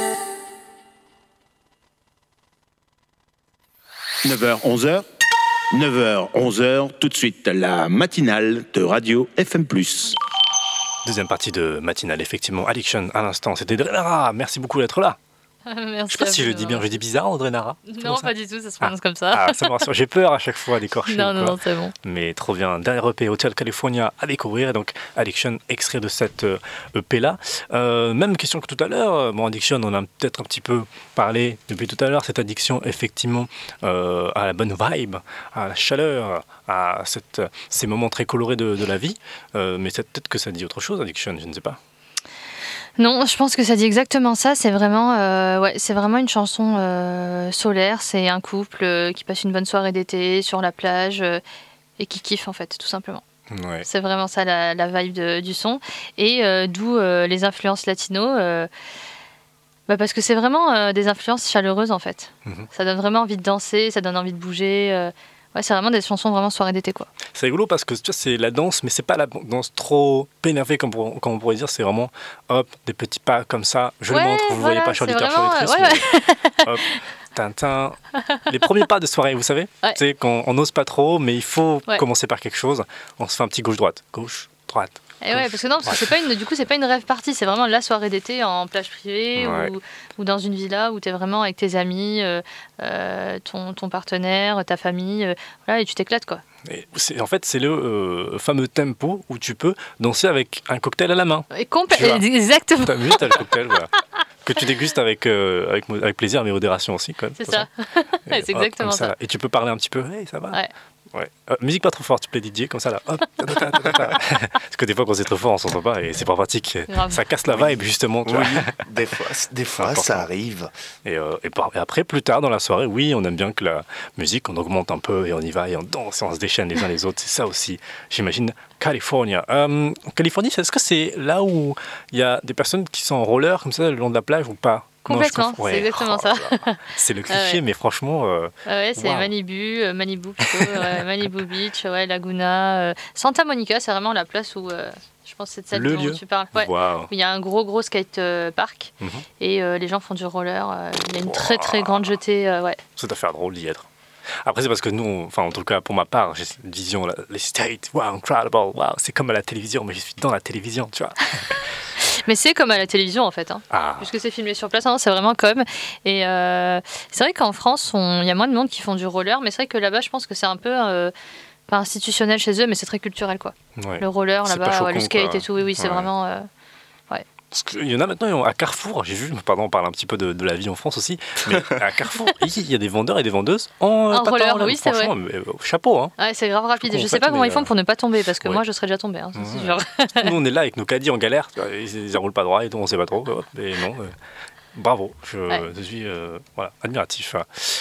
neuf heures, onze heures. neuf heures, onze heures, tout de suite, la matinale de Radio F M plus. Deuxième partie de matinale, effectivement, Addiction à l'instant, c'était Drenara, merci beaucoup d'être là. Merci. Je sais pas si je le dis bien, je dis bizarre, Drenara. Non, pas du tout, ça se prononce comme ça. Ah, ça me rassure. J'ai peur à chaque fois d'écorcher. Non, ou non, quoi. non, c'est bon. Mais trop bien. Dernier E P, Hotel California à découvrir. Et donc, Addiction, extrait de cette euh, E P-là. Euh, même question que tout à l'heure. Bon, Addiction, on a peut-être un petit peu parlé depuis tout à l'heure. Cette addiction, effectivement, euh, à la bonne vibe, à la chaleur, à cette, ces moments très colorés de, de la vie. Euh, mais c'est peut-être que ça dit autre chose, Addiction, je ne sais pas. Non, je pense que ça dit exactement ça. C'est vraiment, euh, ouais, c'est vraiment une chanson euh, solaire. C'est un couple euh, qui passe une bonne soirée d'été sur la plage euh, et qui kiffe en fait, tout simplement. Ouais. C'est vraiment ça la, la vibe de- du son. Et euh, d'où euh, les influences latino. euh, bah, parce que c'est vraiment euh, des influences chaleureuses en fait. Mhm. Ça donne vraiment envie de danser, ça donne envie de bouger. euh, Ouais, c'est vraiment des chansons vraiment soirée d'été quoi. C'est rigolo parce que tu vois, c'est la danse, mais c'est pas la danse trop énervée comme, pour- comme on pourrait dire. C'est vraiment hop, des petits pas comme ça. Je Ouais, le montre, vous ne voilà, voyez pas, chers c'est auditeurs, chers vraiment, auditrices, ouais, mais hop, tintin. Les premiers pas de soirée, vous savez, Ouais. tu sais, quand on n'ose pas trop, mais il faut Ouais. commencer par quelque chose. On se fait un petit gauche-droite, gauche, droite. Et ouais, parce que non, parce que c'est pas une, du coup, c'est pas une rêve party, c'est vraiment la soirée d'été en plage privée Ouais. ou, ou dans une villa où tu es vraiment avec tes amis, euh, euh, ton, ton partenaire, ta famille, euh, voilà, et tu t'éclates quoi. Et c'est- en fait, c'est le euh, fameux tempo où tu peux danser avec un cocktail à la main. Et compl- Tu vois. exactement. T'as vu, t'as le cocktail, voilà. Que tu dégustes avec, euh, avec, mo- avec plaisir, mais modération aussi, quand même. C'est de toute ça. façon. Ouais, Et c'est hop, exactement comme ça. là. Et tu peux parler un petit peu, hey, ça va Ouais. Ouais. Euh, musique pas trop forte, tu plais D J, comme ça là. Hop, ta, ta, ta, ta, ta. Parce que des fois, quand c'est trop fort, on s'entend pas et c'est pas pratique. Grave. Ça casse la vibe, justement. Tu Oui, vois. des fois, des fois C'est ça important. arrive. Et, euh, et, par- et après, plus tard dans la soirée, oui, on aime bien que la musique, on augmente un peu et on y va et on danse et on se déchaîne les uns les autres. C'est ça aussi, j'imagine, California. Euh, Californie, est-ce que c'est là où il y a des personnes qui sont en roller comme ça le long de la plage ou pas? Non, je Complètement, confonds. Ouais. c'est exactement Oh ça. là là. C'est le Ah cliché, ouais. mais franchement. euh, Ah ouais, c'est waouh. Malibu, euh, Malibu plutôt, ouais, Malibu Beach, ouais, Laguna, euh, Santa Monica, c'est vraiment la place où euh, je pense que c'est de celle Le dont lieu. tu parles. Ouais. Waouh. Où il y a un gros gros skate euh, park Mhm. et euh, les gens font du roller. euh, Il y a une très très grande jetée, euh, ouais. Ça doit faire drôle d'y être. Après, c'est parce que nous, on- enfin, en tout cas, pour ma part, j'ai cette vision, là, les States, wow, incredible, wow, c'est comme à la télévision, mais je suis dans la télévision, tu vois. Mais c'est comme à la télévision en fait, hein, Ah. puisque c'est filmé sur place, hein, c'est vraiment comme. Et euh, c'est vrai qu'en France, on- il y a moins de monde qui font du roller, mais c'est vrai que là-bas, je pense que c'est un peu euh, pas institutionnel chez eux, mais c'est très culturel quoi. Ouais. Le roller C'est pas là-bas, ouais, le choquant, skate quoi. et tout, oui, oui, c'est Ouais. vraiment. euh, ouais. Parce qu'il y en a maintenant à Carrefour, j'ai vu, pardon, on parle un petit peu de, de la vie en France aussi, mais à Carrefour, il y a des vendeurs et des vendeuses en, euh, En patin, roller, là, oui, c'est franchement, mais, euh, chapeau, hein. Ouais, c'est grave rapide. Je Je sais sais pas, pas comment mais, ils font euh, pour ne pas tomber, parce que ouais. moi, je serais déjà tombée. Hein, ça, c'est Ouais. sûr. Nous, on est là avec nos caddies en galère, tu vois, ils, ils roulent pas droit et tout, on sait pas trop, quoi. Mais non, euh, bravo, je, Ouais. je suis euh, voilà, admiratif.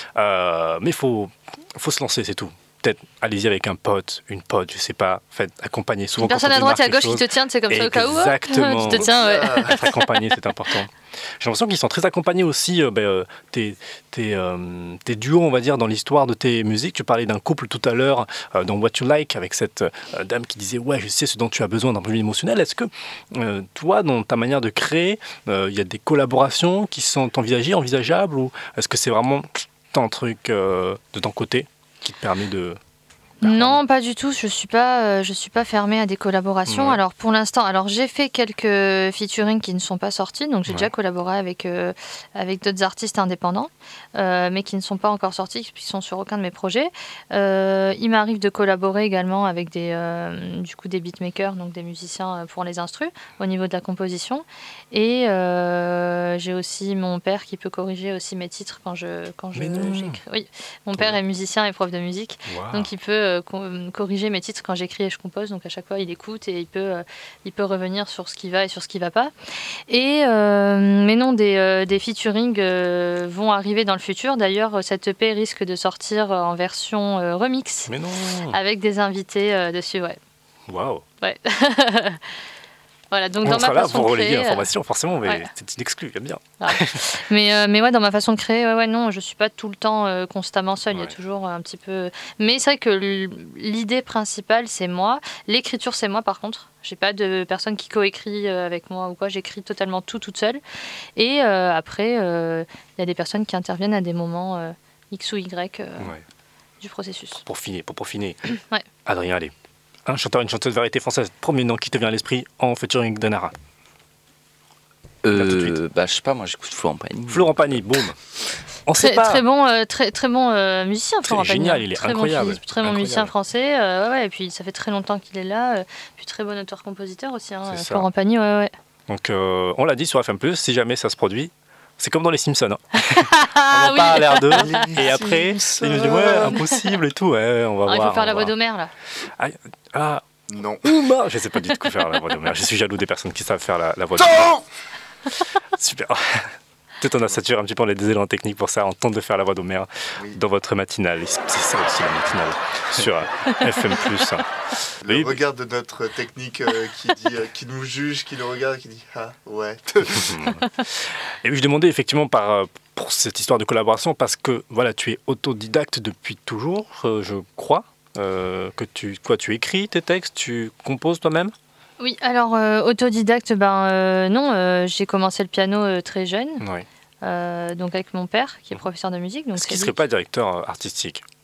Euh, mais il faut, faut se lancer, c'est tout. Peut-être allez-y avec un pote, une pote, je sais pas, faites accompagner souvent. Une personne quand on à droite et à démarre gauche qui quelque te tient, c'est comme ça au cas où. hein. Exactement. Tu te tiens, ouais. Être accompagné, c'est important. J'ai l'impression qu'ils sont très accompagnés aussi, euh, ben, euh, tes, tes, euh, tes duos, on va dire, dans l'histoire de tes musiques. Tu parlais d'un couple tout à l'heure euh, dans What You Like avec cette euh, dame qui disait ouais, je sais ce dont tu as besoin d'un point de vue émotionnel. Est-ce que euh, toi, dans ta manière de créer, euh, il y a des collaborations qui sont envisagées, envisageables, ou est-ce que c'est vraiment un truc euh, de ton côté qui te permet de Non, pas du tout. Je suis pas, euh, je suis pas fermée à des collaborations. Ouais. Alors pour l'instant, alors j'ai fait quelques featuring qui ne sont pas sortis, donc j'ai Ouais. déjà collaboré avec euh, avec d'autres artistes indépendants, euh, mais qui ne sont pas encore sortis, qui sont sur aucun de mes projets. Euh, il m'arrive de collaborer également avec des, euh, du coup, des beatmakers, donc des musiciens euh, pour les instrus, au niveau de la composition. Et euh, j'ai aussi mon père qui peut corriger aussi mes titres quand je quand je Mais non. j'écris. Oui, mon père est musicien et prof de musique, Wow. donc il peut euh, co- corriger mes titres quand j'écris et je compose. Donc à chaque fois, il écoute et il peut, euh, il peut revenir sur ce qui va et sur ce qui va pas. Et euh, mais non, des, euh, des featuring euh, vont arriver dans le futur. D'ailleurs, cette E P risque de sortir en version euh, remix Mais non. avec des invités euh, dessus. Ouais. Waouh. Ouais. Voilà, donc On dans sera ma là façon pour de relayer créer, euh, l'information, forcément, mais ouais. c'est une exclue, j'aime bien. mais, euh, mais ouais, dans ma façon de créer, ouais, ouais, non, je suis pas tout le temps euh, constamment seule. Il y a toujours un petit peu. Mais c'est vrai que l- l'idée principale, c'est moi. L'écriture, c'est moi, par contre. J'ai pas de personne qui coécrit euh, avec moi ou quoi. J'écris totalement tout toute seule. Et euh, après, euh, il y a des personnes qui interviennent à des moments euh, X ou Y euh, Ouais. du processus. Pour finir, pour peaufiner. Ouais. Adrien, allez. Un chanteur, une chanteuse de variété française, premier nom qui te vient à l'esprit en featuring de Nara. Euh, bah, je sais pas, moi j'écoute Florent Pagny. Florent Pagny, boum. On Très, sait pas. très bon, euh, très, très bon euh, musicien, Très Florent Pagny, génial, hein. il est très incroyable, Bon, phys- très bon incroyable. musicien français, euh, ouais, ouais, et puis ça fait très longtemps qu'il est là, euh, puis très bon auteur-compositeur aussi, hein, C'est ça. Florent Pagny, ouais, ouais. Donc, euh, on l'a dit sur F M plus, si jamais ça se produit, c'est comme dans les Simpsons. Hein. Ah, on en oui. parle à l'air d'eux, Les et après, Simpsons. ils nous disent ouais, impossible et tout. Ouais, on va Ah, il voir. faut faire on la va voix voir. d'Homère, là. Ah, ah, non. Ouma, je sais pas du tout quoi faire la voix d'Homère. Je suis jaloux des personnes qui savent faire la, la voix d'Homère. Super. Peut-être on a saturé un petit peu les des élans techniques pour ça. On tente de faire la voix d'Homère dans votre matinale. C'est ça aussi la matinale sur euh, F M plus. Le regard de notre technique euh, qui, dit, euh, qui nous juge, qui nous regarde, qui dit ah ouais. Et oui, je demandais effectivement par, euh, pour cette histoire de collaboration parce que voilà, tu es autodidacte depuis toujours, euh, je crois. Euh, que tu, quoi, tu écris tes textes, tu composes toi-même? Oui, alors euh, autodidacte, ben euh, non, euh, j'ai commencé le piano euh, très jeune, Oui. euh, donc avec mon père qui est professeur de musique. Donc Est-ce c'est qu'il ne lui serait pas directeur euh, artistique?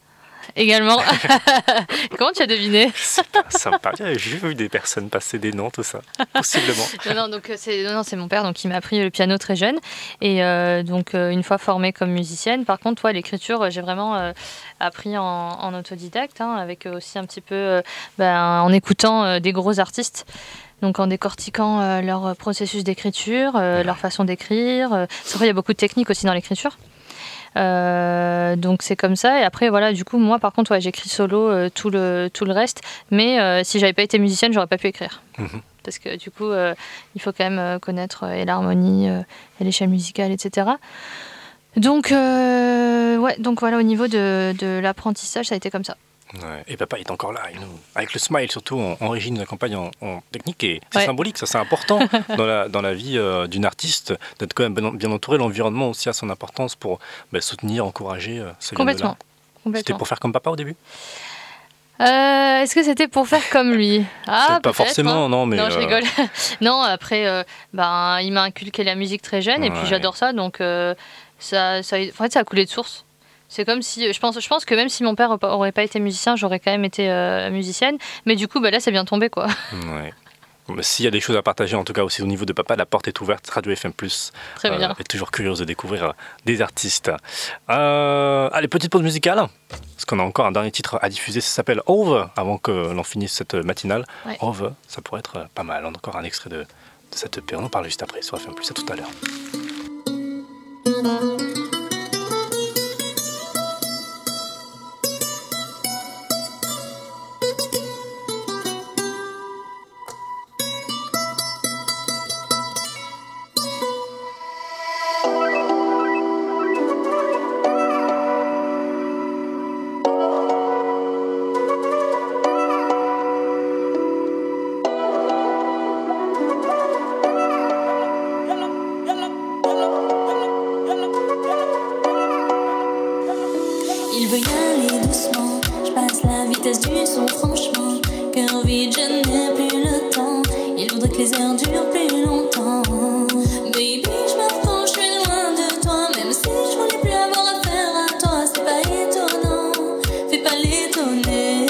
Également. Comment tu as deviné? Sympa. J'ai vu des personnes passer des noms, tout ça. Possiblement. Non, non, donc c'est, non, c'est mon père donc, qui m'a appris le piano très jeune. Et euh, donc, euh, une fois formée comme musicienne, par contre, ouais, l'écriture, j'ai vraiment euh, appris en, en autodidacte, hein, avec aussi un petit peu, euh, ben, en écoutant euh, des gros artistes. Donc en décortiquant euh, leur processus d'écriture, euh, leur façon d'écrire. Euh, c'est vrai, il y a beaucoup de techniques aussi dans l'écriture. Euh, donc c'est comme ça. Et après, voilà, du coup, moi, par contre, ouais, j'écris solo euh, tout, le, tout le reste. Mais euh, si j'avais pas été musicienne, j'aurais pas pu écrire. Mmh. Parce que du coup, euh, il faut quand même euh, connaître euh, et l'harmonie, euh, et l'échelle musicale, et cetera. Donc, euh, ouais, donc voilà, au niveau de, de l'apprentissage, ça a été comme ça. Ouais, et papa est encore là, il nous, avec le smile surtout, en, en régie, nous accompagne en, en technique et c'est ouais. symbolique, ça c'est important dans la, dans la vie euh, d'une artiste, d'être quand même bien, bien entouré. L'environnement aussi a son importance pour bah, soutenir, encourager. Euh, Complètement. Complètement. C'était pour faire comme papa au début? Euh, est-ce que c'était pour faire comme lui? Ah, pas forcément, hein. non, mais. Non, euh... je rigole. Non, après, euh, ben, il m'a inculqué la musique très jeune ouais. et puis j'adore ça, donc euh, ça, ça, en fait, ça a coulé de source. C'est comme si, je pense, je pense que même si mon père aurait pas été musicien, j'aurais quand même été euh, musicienne. Mais du coup, bah là, c'est bien tombé, quoi. Ouais. S'il y a des choses à partager, en tout cas aussi au niveau de papa, la porte est ouverte. Radio F M plus. Très bien. Euh, est toujours curieuse de découvrir des artistes. Euh, allez, petite pause musicale. Parce qu'on a encore un dernier titre à diffuser. Ça s'appelle Over. Avant que l'on finisse cette matinale. Ouais. Over, ça pourrait être pas mal. On a encore un extrait de, de cette E P. On en parle juste après sur F M plus. À tout à l'heure. Il veut y aller doucement, je passe la vitesse du son franchement. Cœur vide, je n'ai plus le temps. Il voudrait que les heures durent plus longtemps. Baby, je me reprends, je suis loin de toi. Même si je voulais plus avoir affaire à toi, c'est pas étonnant. Fais pas l'étonner.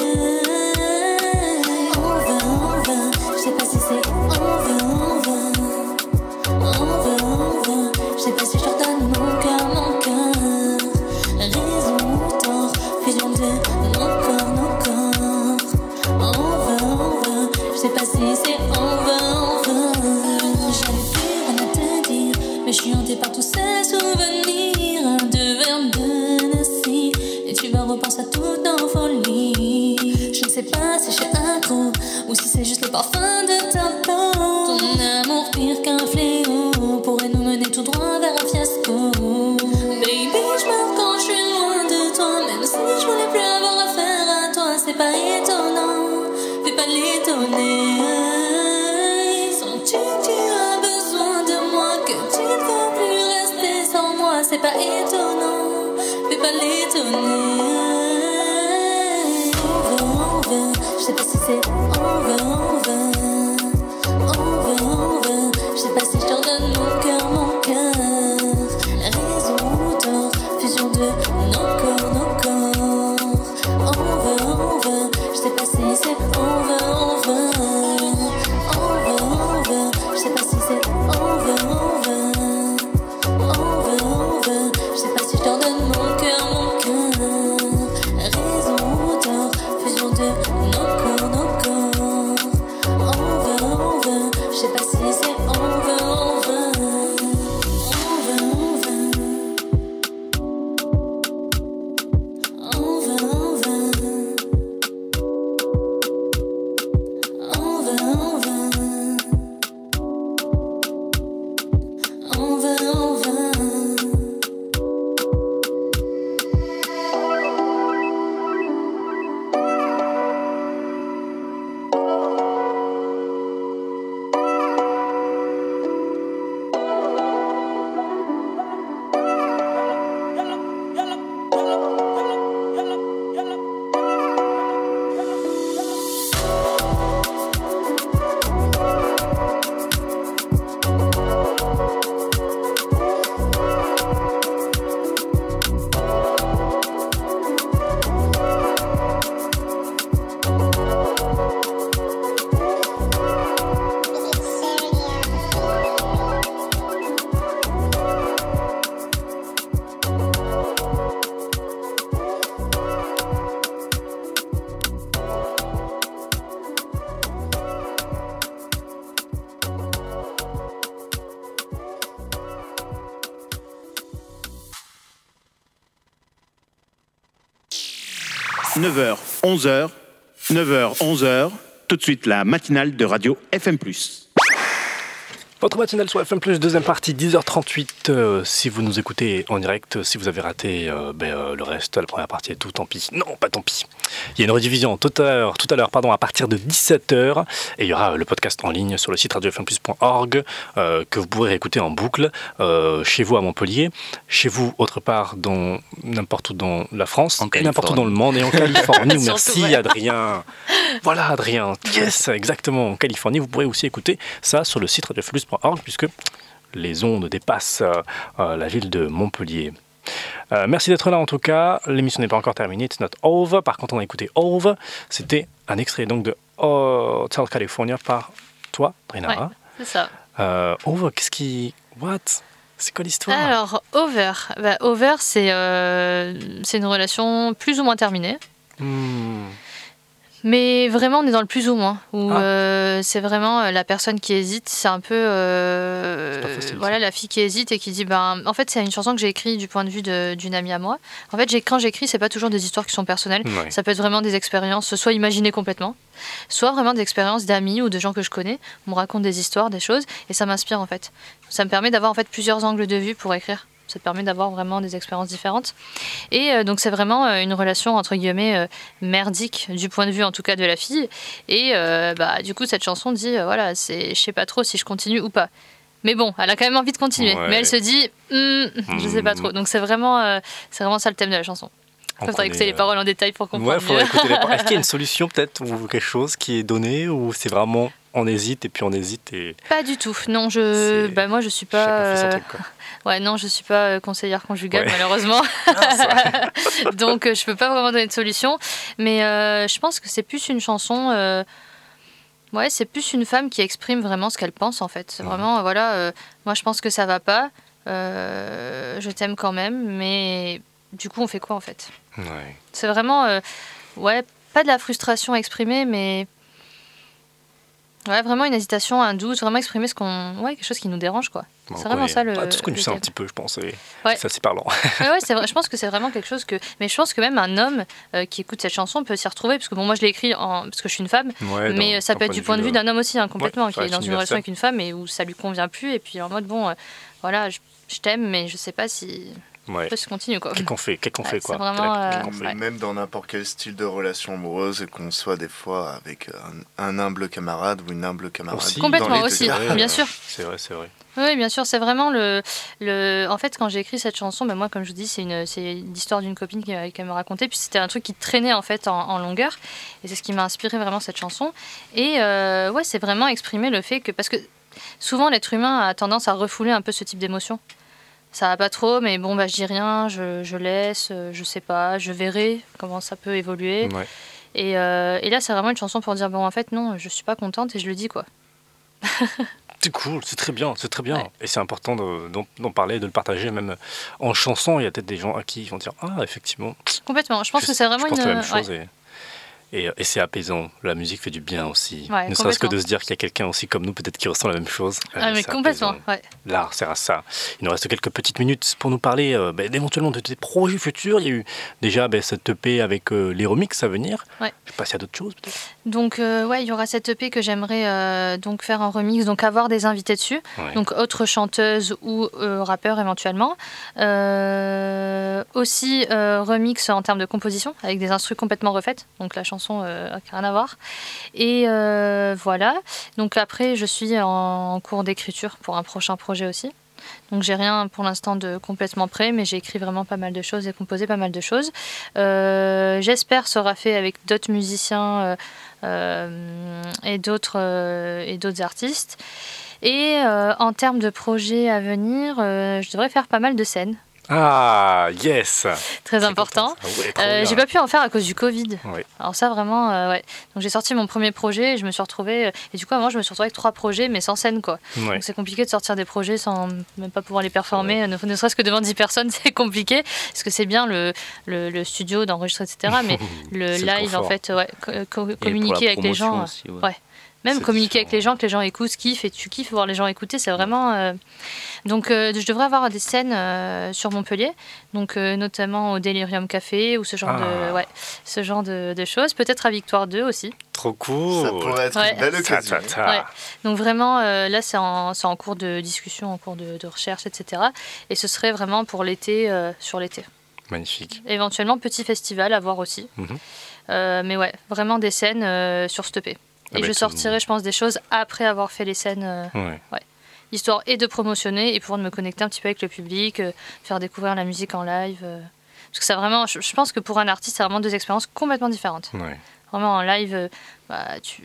On veut, on veut, je sais pas si c'est on veut, on veut. On veut, on veut, je sais pas si je te redonne mon cœur, mon cœur. Raison ou tort, fusion de nos corps, nos corps. On veut, on veut, je sais pas si c'est on veut, on veut. J'avais plus rien à te dire, mais je suis hantée par tous ces souvenirs. Un deux verres de Nessie, et tu vas repenser à toute nos folies. Je ne sais pas si j'ai un coup, ou si c'est juste le parfum de ta peau. Ton amour pire qu'un fléau pourrait nous mener tout droit vers un fiasco. Baby, je meurs quand je suis loin de toi. Même si je voulais plus avoir affaire à toi, c'est pas étonnant. Fais pas l'étonner. Sens-tu que tu as besoin de moi, que tu ne veux plus rester sans moi? C'est pas étonnant. Fais pas l'étonner. On veut, on veut, je sais pas si c'est on veut, on veut. On veut, on veut, je sais pas si je te redonne mon cœur, mon cœur. Raison ou tort, fusion de nos corps, nos corps. On veut, on veut, je sais pas si c'est on veut, on veut. On veut, on veut, je sais pas si c'est on veut, on veut. On veut, on veut, je sais pas si je te redonne mon cœur, mon cœur. Raison ou tort, fusion de nos corps, nos corps. On veut, on veut, je sais pas si c'est on veut, on veut. neuf heures, onze heures, neuf heures, onze heures, tout de suite la matinale de Radio F M plus. Votre matinale sur F M plus, deuxième partie, dix heures trente-huit. Euh, si vous nous écoutez en direct, si vous avez raté euh, ben, euh, le reste, la première partie et tout, tant pis. Non, pas tant pis. Il y a une rediffusion tout à l'heure, tout à, l'heure pardon, à partir de dix-sept heures. Et il y aura euh, le podcast en ligne sur le site radio f m plus point org euh, que vous pourrez écouter en boucle euh, chez vous à Montpellier, chez vous autre part, dans n'importe où dans la France, et n'importe où dans le monde, et en Californie. Merci ouais. Adrien. Voilà Adrien. Yes, exactement. En Californie, vous pourrez aussi écouter ça sur le site radio f m plus point org puisque les ondes dépassent euh, la ville de Montpellier. Euh, merci d'être là en tout cas. L'émission n'est pas encore terminée. It's not over. Par contre, on a écouté Over. C'était un extrait donc de Hotel California par toi, Drinara. Ouais, c'est ça. Euh, Over, qu'est-ce qui... What? C'est quoi l'histoire? Alors, Over. Bah, Over, c'est, euh, c'est une relation plus ou moins terminée. Hmm. Mais vraiment, on est dans le plus ou moins. Où Ah. euh, c'est vraiment euh, la personne qui hésite. C'est un peu euh, C'est pas facile, voilà, la fille qui hésite et qui dit ben, en fait, c'est une chanson que j'ai écrite du point de vue de- d'une amie à moi. En fait, j'ai, quand j'écris, c'est pas toujours des histoires qui sont personnelles. Ouais. Ça peut être vraiment des expériences, soit imaginées complètement, soit vraiment des expériences d'amis ou de gens que je connais. On me raconte des histoires, des choses, et ça m'inspire en fait. Ça me permet d'avoir en fait plusieurs angles de vue pour écrire. Ça te permet d'avoir vraiment des expériences différentes. Et euh, donc c'est vraiment euh, une relation entre guillemets euh, merdique du point de vue en tout cas de la fille. Et euh, bah du coup cette chanson dit euh, voilà, c'est je sais pas trop si je continue ou pas. Mais bon, elle a quand même envie de continuer. Ouais. Mais elle se dit Hum, je sais pas trop. Donc c'est vraiment euh, c'est vraiment ça le thème de la chanson. On Il faudrait connaît, écouter les euh, paroles en détail pour comprendre. Ouais, faudrait mieux. écouter les paroles. Est-ce qu'il y a une solution peut-être ou quelque chose qui est donné ou c'est vraiment on hésite et puis on hésite et Pas du tout. Non, je bah moi je suis pas chacun fait son euh, truc, quoi. Ouais, non, je suis pas euh, conseillère conjugale Ouais. malheureusement. Donc euh, je peux pas vraiment donner de solution, mais euh, je pense que c'est plus une chanson euh, ouais, c'est plus une femme qui exprime vraiment ce qu'elle pense en fait. C'est vraiment euh, voilà, euh, moi je pense que ça va pas. euh, je t'aime quand même, mais du coup on fait quoi en fait? Ouais. C'est vraiment euh, ouais, pas de la frustration exprimée, mais ouais, vraiment une hésitation, un doute, vraiment exprimer ce qu'on ouais, quelque chose qui nous dérange quoi. Bon, C'est on vraiment connaît- ça le ah, tout ce qu'on le sait un thème. petit peu, je pense. Et Ouais. c'est assez parlant. Ouais, ouais, c'est vrai. Je pense que c'est vraiment quelque chose que. Mais je pense que même un homme euh, qui écoute cette chanson peut s'y retrouver, parce que bon, moi je l'ai écrit en... parce que je suis une femme, Ouais, mais dans- euh, ça d'un peut être du point de vue d'un homme aussi, hein, complètement, Ouais, qui ça est reste dans une universel. relation avec une femme et où ça lui convient plus, et puis en mode bon, euh, voilà, je, je t'aime, mais je sais pas si. Ouais. Je continue quoi. Qu'est-ce qu'on fait Qu'est-ce qu'on Ouais, fait c'est quoi vraiment, Qu'est-ce euh, qu'on fait ouais. Même dans n'importe quel style de relation amoureuse, qu'on soit des fois avec un, un humble camarade ou une humble camarade. Aussi, Complètement dans les aussi, deux cas. bien sûr. C'est vrai, c'est vrai. Oui, bien sûr, c'est vraiment le, le... En fait, quand j'ai écrit cette chanson, ben moi, comme je vous dis, c'est, une, c'est l'histoire d'une copine qui, m'a- qui me racontait, puis c'était un truc qui traînait en fait en, en longueur, et c'est ce qui m'a inspiré vraiment cette chanson. Et euh, ouais, c'est vraiment exprimer le fait que... Parce que souvent, l'être humain a tendance à refouler un peu ce type d'émotion. Ça va pas trop, mais bon, bah, je dis rien, je, je laisse, euh, je sais pas, je verrai comment ça peut évoluer. Ouais. Et, euh, et là, c'est vraiment une chanson pour dire, bon, en fait, non, je suis pas contente, et je le dis, quoi. C'est cool, c'est très bien, c'est très bien. Et c'est important de- d'en, d'en parler, de le partager, même en chanson. Il y a peut-être des gens à qui ils vont dire ah effectivement. Complètement, je pense que c'est vraiment je pense une... la même chose ouais. et, et, et c'est apaisant. La musique fait du bien aussi. Ouais, ne serait-ce que complètement. de se dire qu'il y a quelqu'un aussi comme nous peut-être qui ressent la même chose. Ah, Euh, mais c'est complètement, apaisant. ouais. L'art sert à ça. Il nous reste quelques petites minutes pour nous parler euh, ben, éventuellement de tes projets futurs. Il y a eu déjà ben, cette E P avec euh, les remixes à venir. Ouais. Je sais pas s'il y a d'autres choses peut-être. Donc euh, ouais, il y aura cette E P que j'aimerais euh, donc faire un remix, donc avoir des invités dessus, Ouais. donc autres chanteuses ou euh, rappeurs éventuellement. Euh, aussi euh, remix en termes de composition avec des instrus complètement refaites, donc la chanson euh, n'a rien à voir. Et euh, voilà. Donc après, je suis en cours d'écriture pour un prochain projet aussi. Donc j'ai rien pour l'instant de complètement prêt, mais j'ai écrit vraiment pas mal de choses et composé pas mal de choses. Euh, j'espère que ça sera fait avec d'autres musiciens euh, euh, et d'autres euh, et d'autres artistes. Et euh, en termes de projets à venir, euh, je devrais faire pas mal de scènes. Ah yes. Très important. Ah ouais, trop Euh, bien. j'ai pas pu en faire à cause du Covid. Ouais. Alors ça vraiment, euh, ouais. Donc j'ai sorti mon premier projet et je me suis retrouvée... Et du coup, avant, je me suis retrouvée avec trois projets, mais sans scène, quoi. Ouais. Donc c'est compliqué de sortir des projets sans même pas pouvoir les performer. Ne, ne serait-ce que devant dix personnes, c'est compliqué. Parce que c'est bien le, le, le studio d'enregistrer, et cetera. Mais le C'est le live, en confort. fait, ouais, co- co- pour communiquer la avec les promotion gens... aussi, ouais. ouais. Même C'est communiquer avec les gens, que les gens écoutent, kiffent, et tu kiffes voir les gens écouter, c'est vraiment... euh, Donc euh, je devrais avoir des scènes euh, sur Montpellier, donc euh, notamment au Delirium Café, ou ce genre, Ah. de, ouais, ce genre de, de choses. Peut-être à Victoire deux aussi. Trop cool. Ça pourrait être Ouais. une belle Ta, occasion. ta, ta. Ouais. Donc vraiment, euh, là, c'est en, c'est en cours de discussion, en cours de, de recherche, et cetera. Et ce serait vraiment pour l'été, euh, sur l'été. Magnifique. Éventuellement, petit festival à voir aussi. Mhm. Euh, mais ouais, vraiment des scènes euh, sur ce E P. Ah Et bah, je tout- sortirai, je pense, des choses après avoir fait les scènes. euh, Ouais. ouais. Histoire et de promotionner et pouvoir me connecter un petit peu avec le public, euh, faire découvrir la musique en live. euh. Parce que ça vraiment, je, je pense que pour un artiste, c'est vraiment deux expériences complètement différentes. Ouais. Vraiment en live, euh, bah, tu,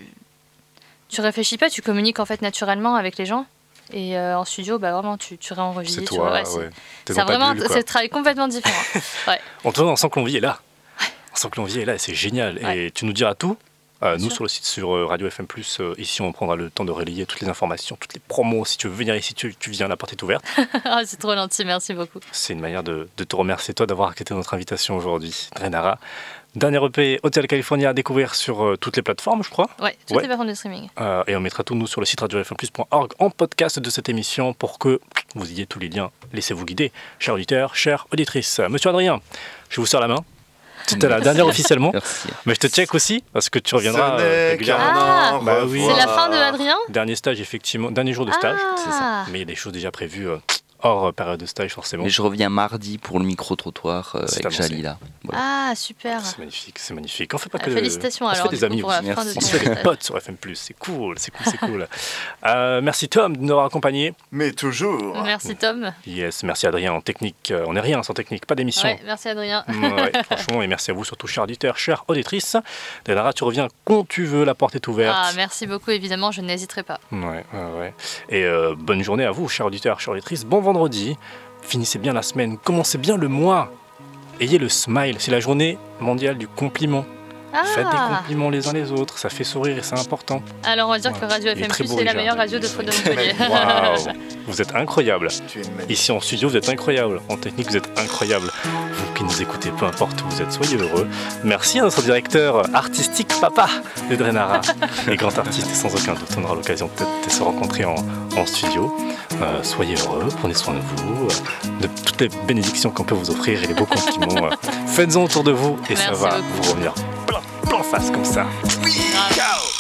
tu réfléchis pas, tu communiques en fait naturellement avec les gens. Et euh, en studio, bah, vraiment, tu, tu réenregistres. C'est tu toi, vois, ouais, c'est- ouais. T'es c'est dans ta vraiment, bulle, quoi. c'est un travail complètement différent. Ouais. En tout cas, on sent que l'envie est là. On sent que l'envie est là et c'est génial. Et tu nous diras tout. Euh, nous, sûr. sur le site, sur euh, Radio F M plus, euh, ici, on prendra le temps de relayer toutes les informations, toutes les promos. Si tu veux venir ici, tu, tu viens, la porte est ouverte. Ah, c'est trop gentil, merci beaucoup. C'est une manière de, de te remercier, toi, d'avoir accepté notre invitation aujourd'hui. Drenara. Dernier E P, Hotel California, à découvrir sur euh, toutes les plateformes, je crois. Ouais, toutes Ouais. les plateformes de streaming. Euh, et on mettra tout, nous, sur le site radio f m plus point org en podcast de cette émission pour que vous ayez tous les liens. Laissez-vous guider, chers auditeurs, chères auditrices. Monsieur Adrien, je vous serre la main. C'était la dernière officiellement. Merci. Mais je te check aussi parce que tu reviendras Ce euh, n'est régulièrement. Ah, qu'un Bah oui. revoir. C'est la fin de Adrien Dernier stage, effectivement. Dernier jour de stage. Ah. C'est ça. Mais il y a des choses déjà prévues euh, hors euh, période de stage, forcément. Mais je reviens mardi pour le micro-trottoir euh, C'est avec avancé. Jalila. Voilà. Ah, super. C'est magnifique, c'est magnifique. On fait pas Ah, que félicitations on se alors, fait du des coup, amis pour la aussi. fin de On ton se fait des stage. potes sur F M plus. C'est cool, c'est cool, c'est cool. Euh, merci Tom de nous avoir accompagnés. Mais toujours. Merci Tom. Yes, merci Adrien en technique. Euh, On n'est rien sans technique, pas d'émission. Ouais, merci Adrien. Ouais, franchement, et merci à vous surtout, chers auditeurs, chères auditrices. Drenara, tu reviens quand tu veux, la porte est ouverte. Ah, merci beaucoup, évidemment, je n'hésiterai pas. Ouais, ouais, ouais. Et euh, bonne journée à vous, chers auditeurs, chères auditrices. Bon vendredi. Finissez bien la semaine. Commencez bien le mois. Ayez le smile. C'est la journée mondiale du compliment. Ah. Faites des compliments les uns les autres. Ça fait sourire et c'est important. Alors, on va dire Ouais. que Radio Il est F M très plus, beau, c'est la Richard. meilleure radio de Faute de Montpellier. Waouh. Vous êtes incroyable. Tu es magnifique. Ici en studio, vous êtes incroyable. En technique, vous êtes incroyable. Vous qui nous écoutez, peu importe où vous êtes, soyez heureux. Merci à notre directeur artistique, papa de Drenara. Les grands artistes, et sans aucun doute, on aura l'occasion peut-être de se rencontrer en, en studio. Euh, soyez heureux, prenez soin de vous, euh, de toutes les bénédictions qu'on peut vous offrir et les beaux compliments. euh, Faites-en autour de vous et ça Merci va beaucoup. vous revenir plein, plein face comme ça. Grave. Ciao.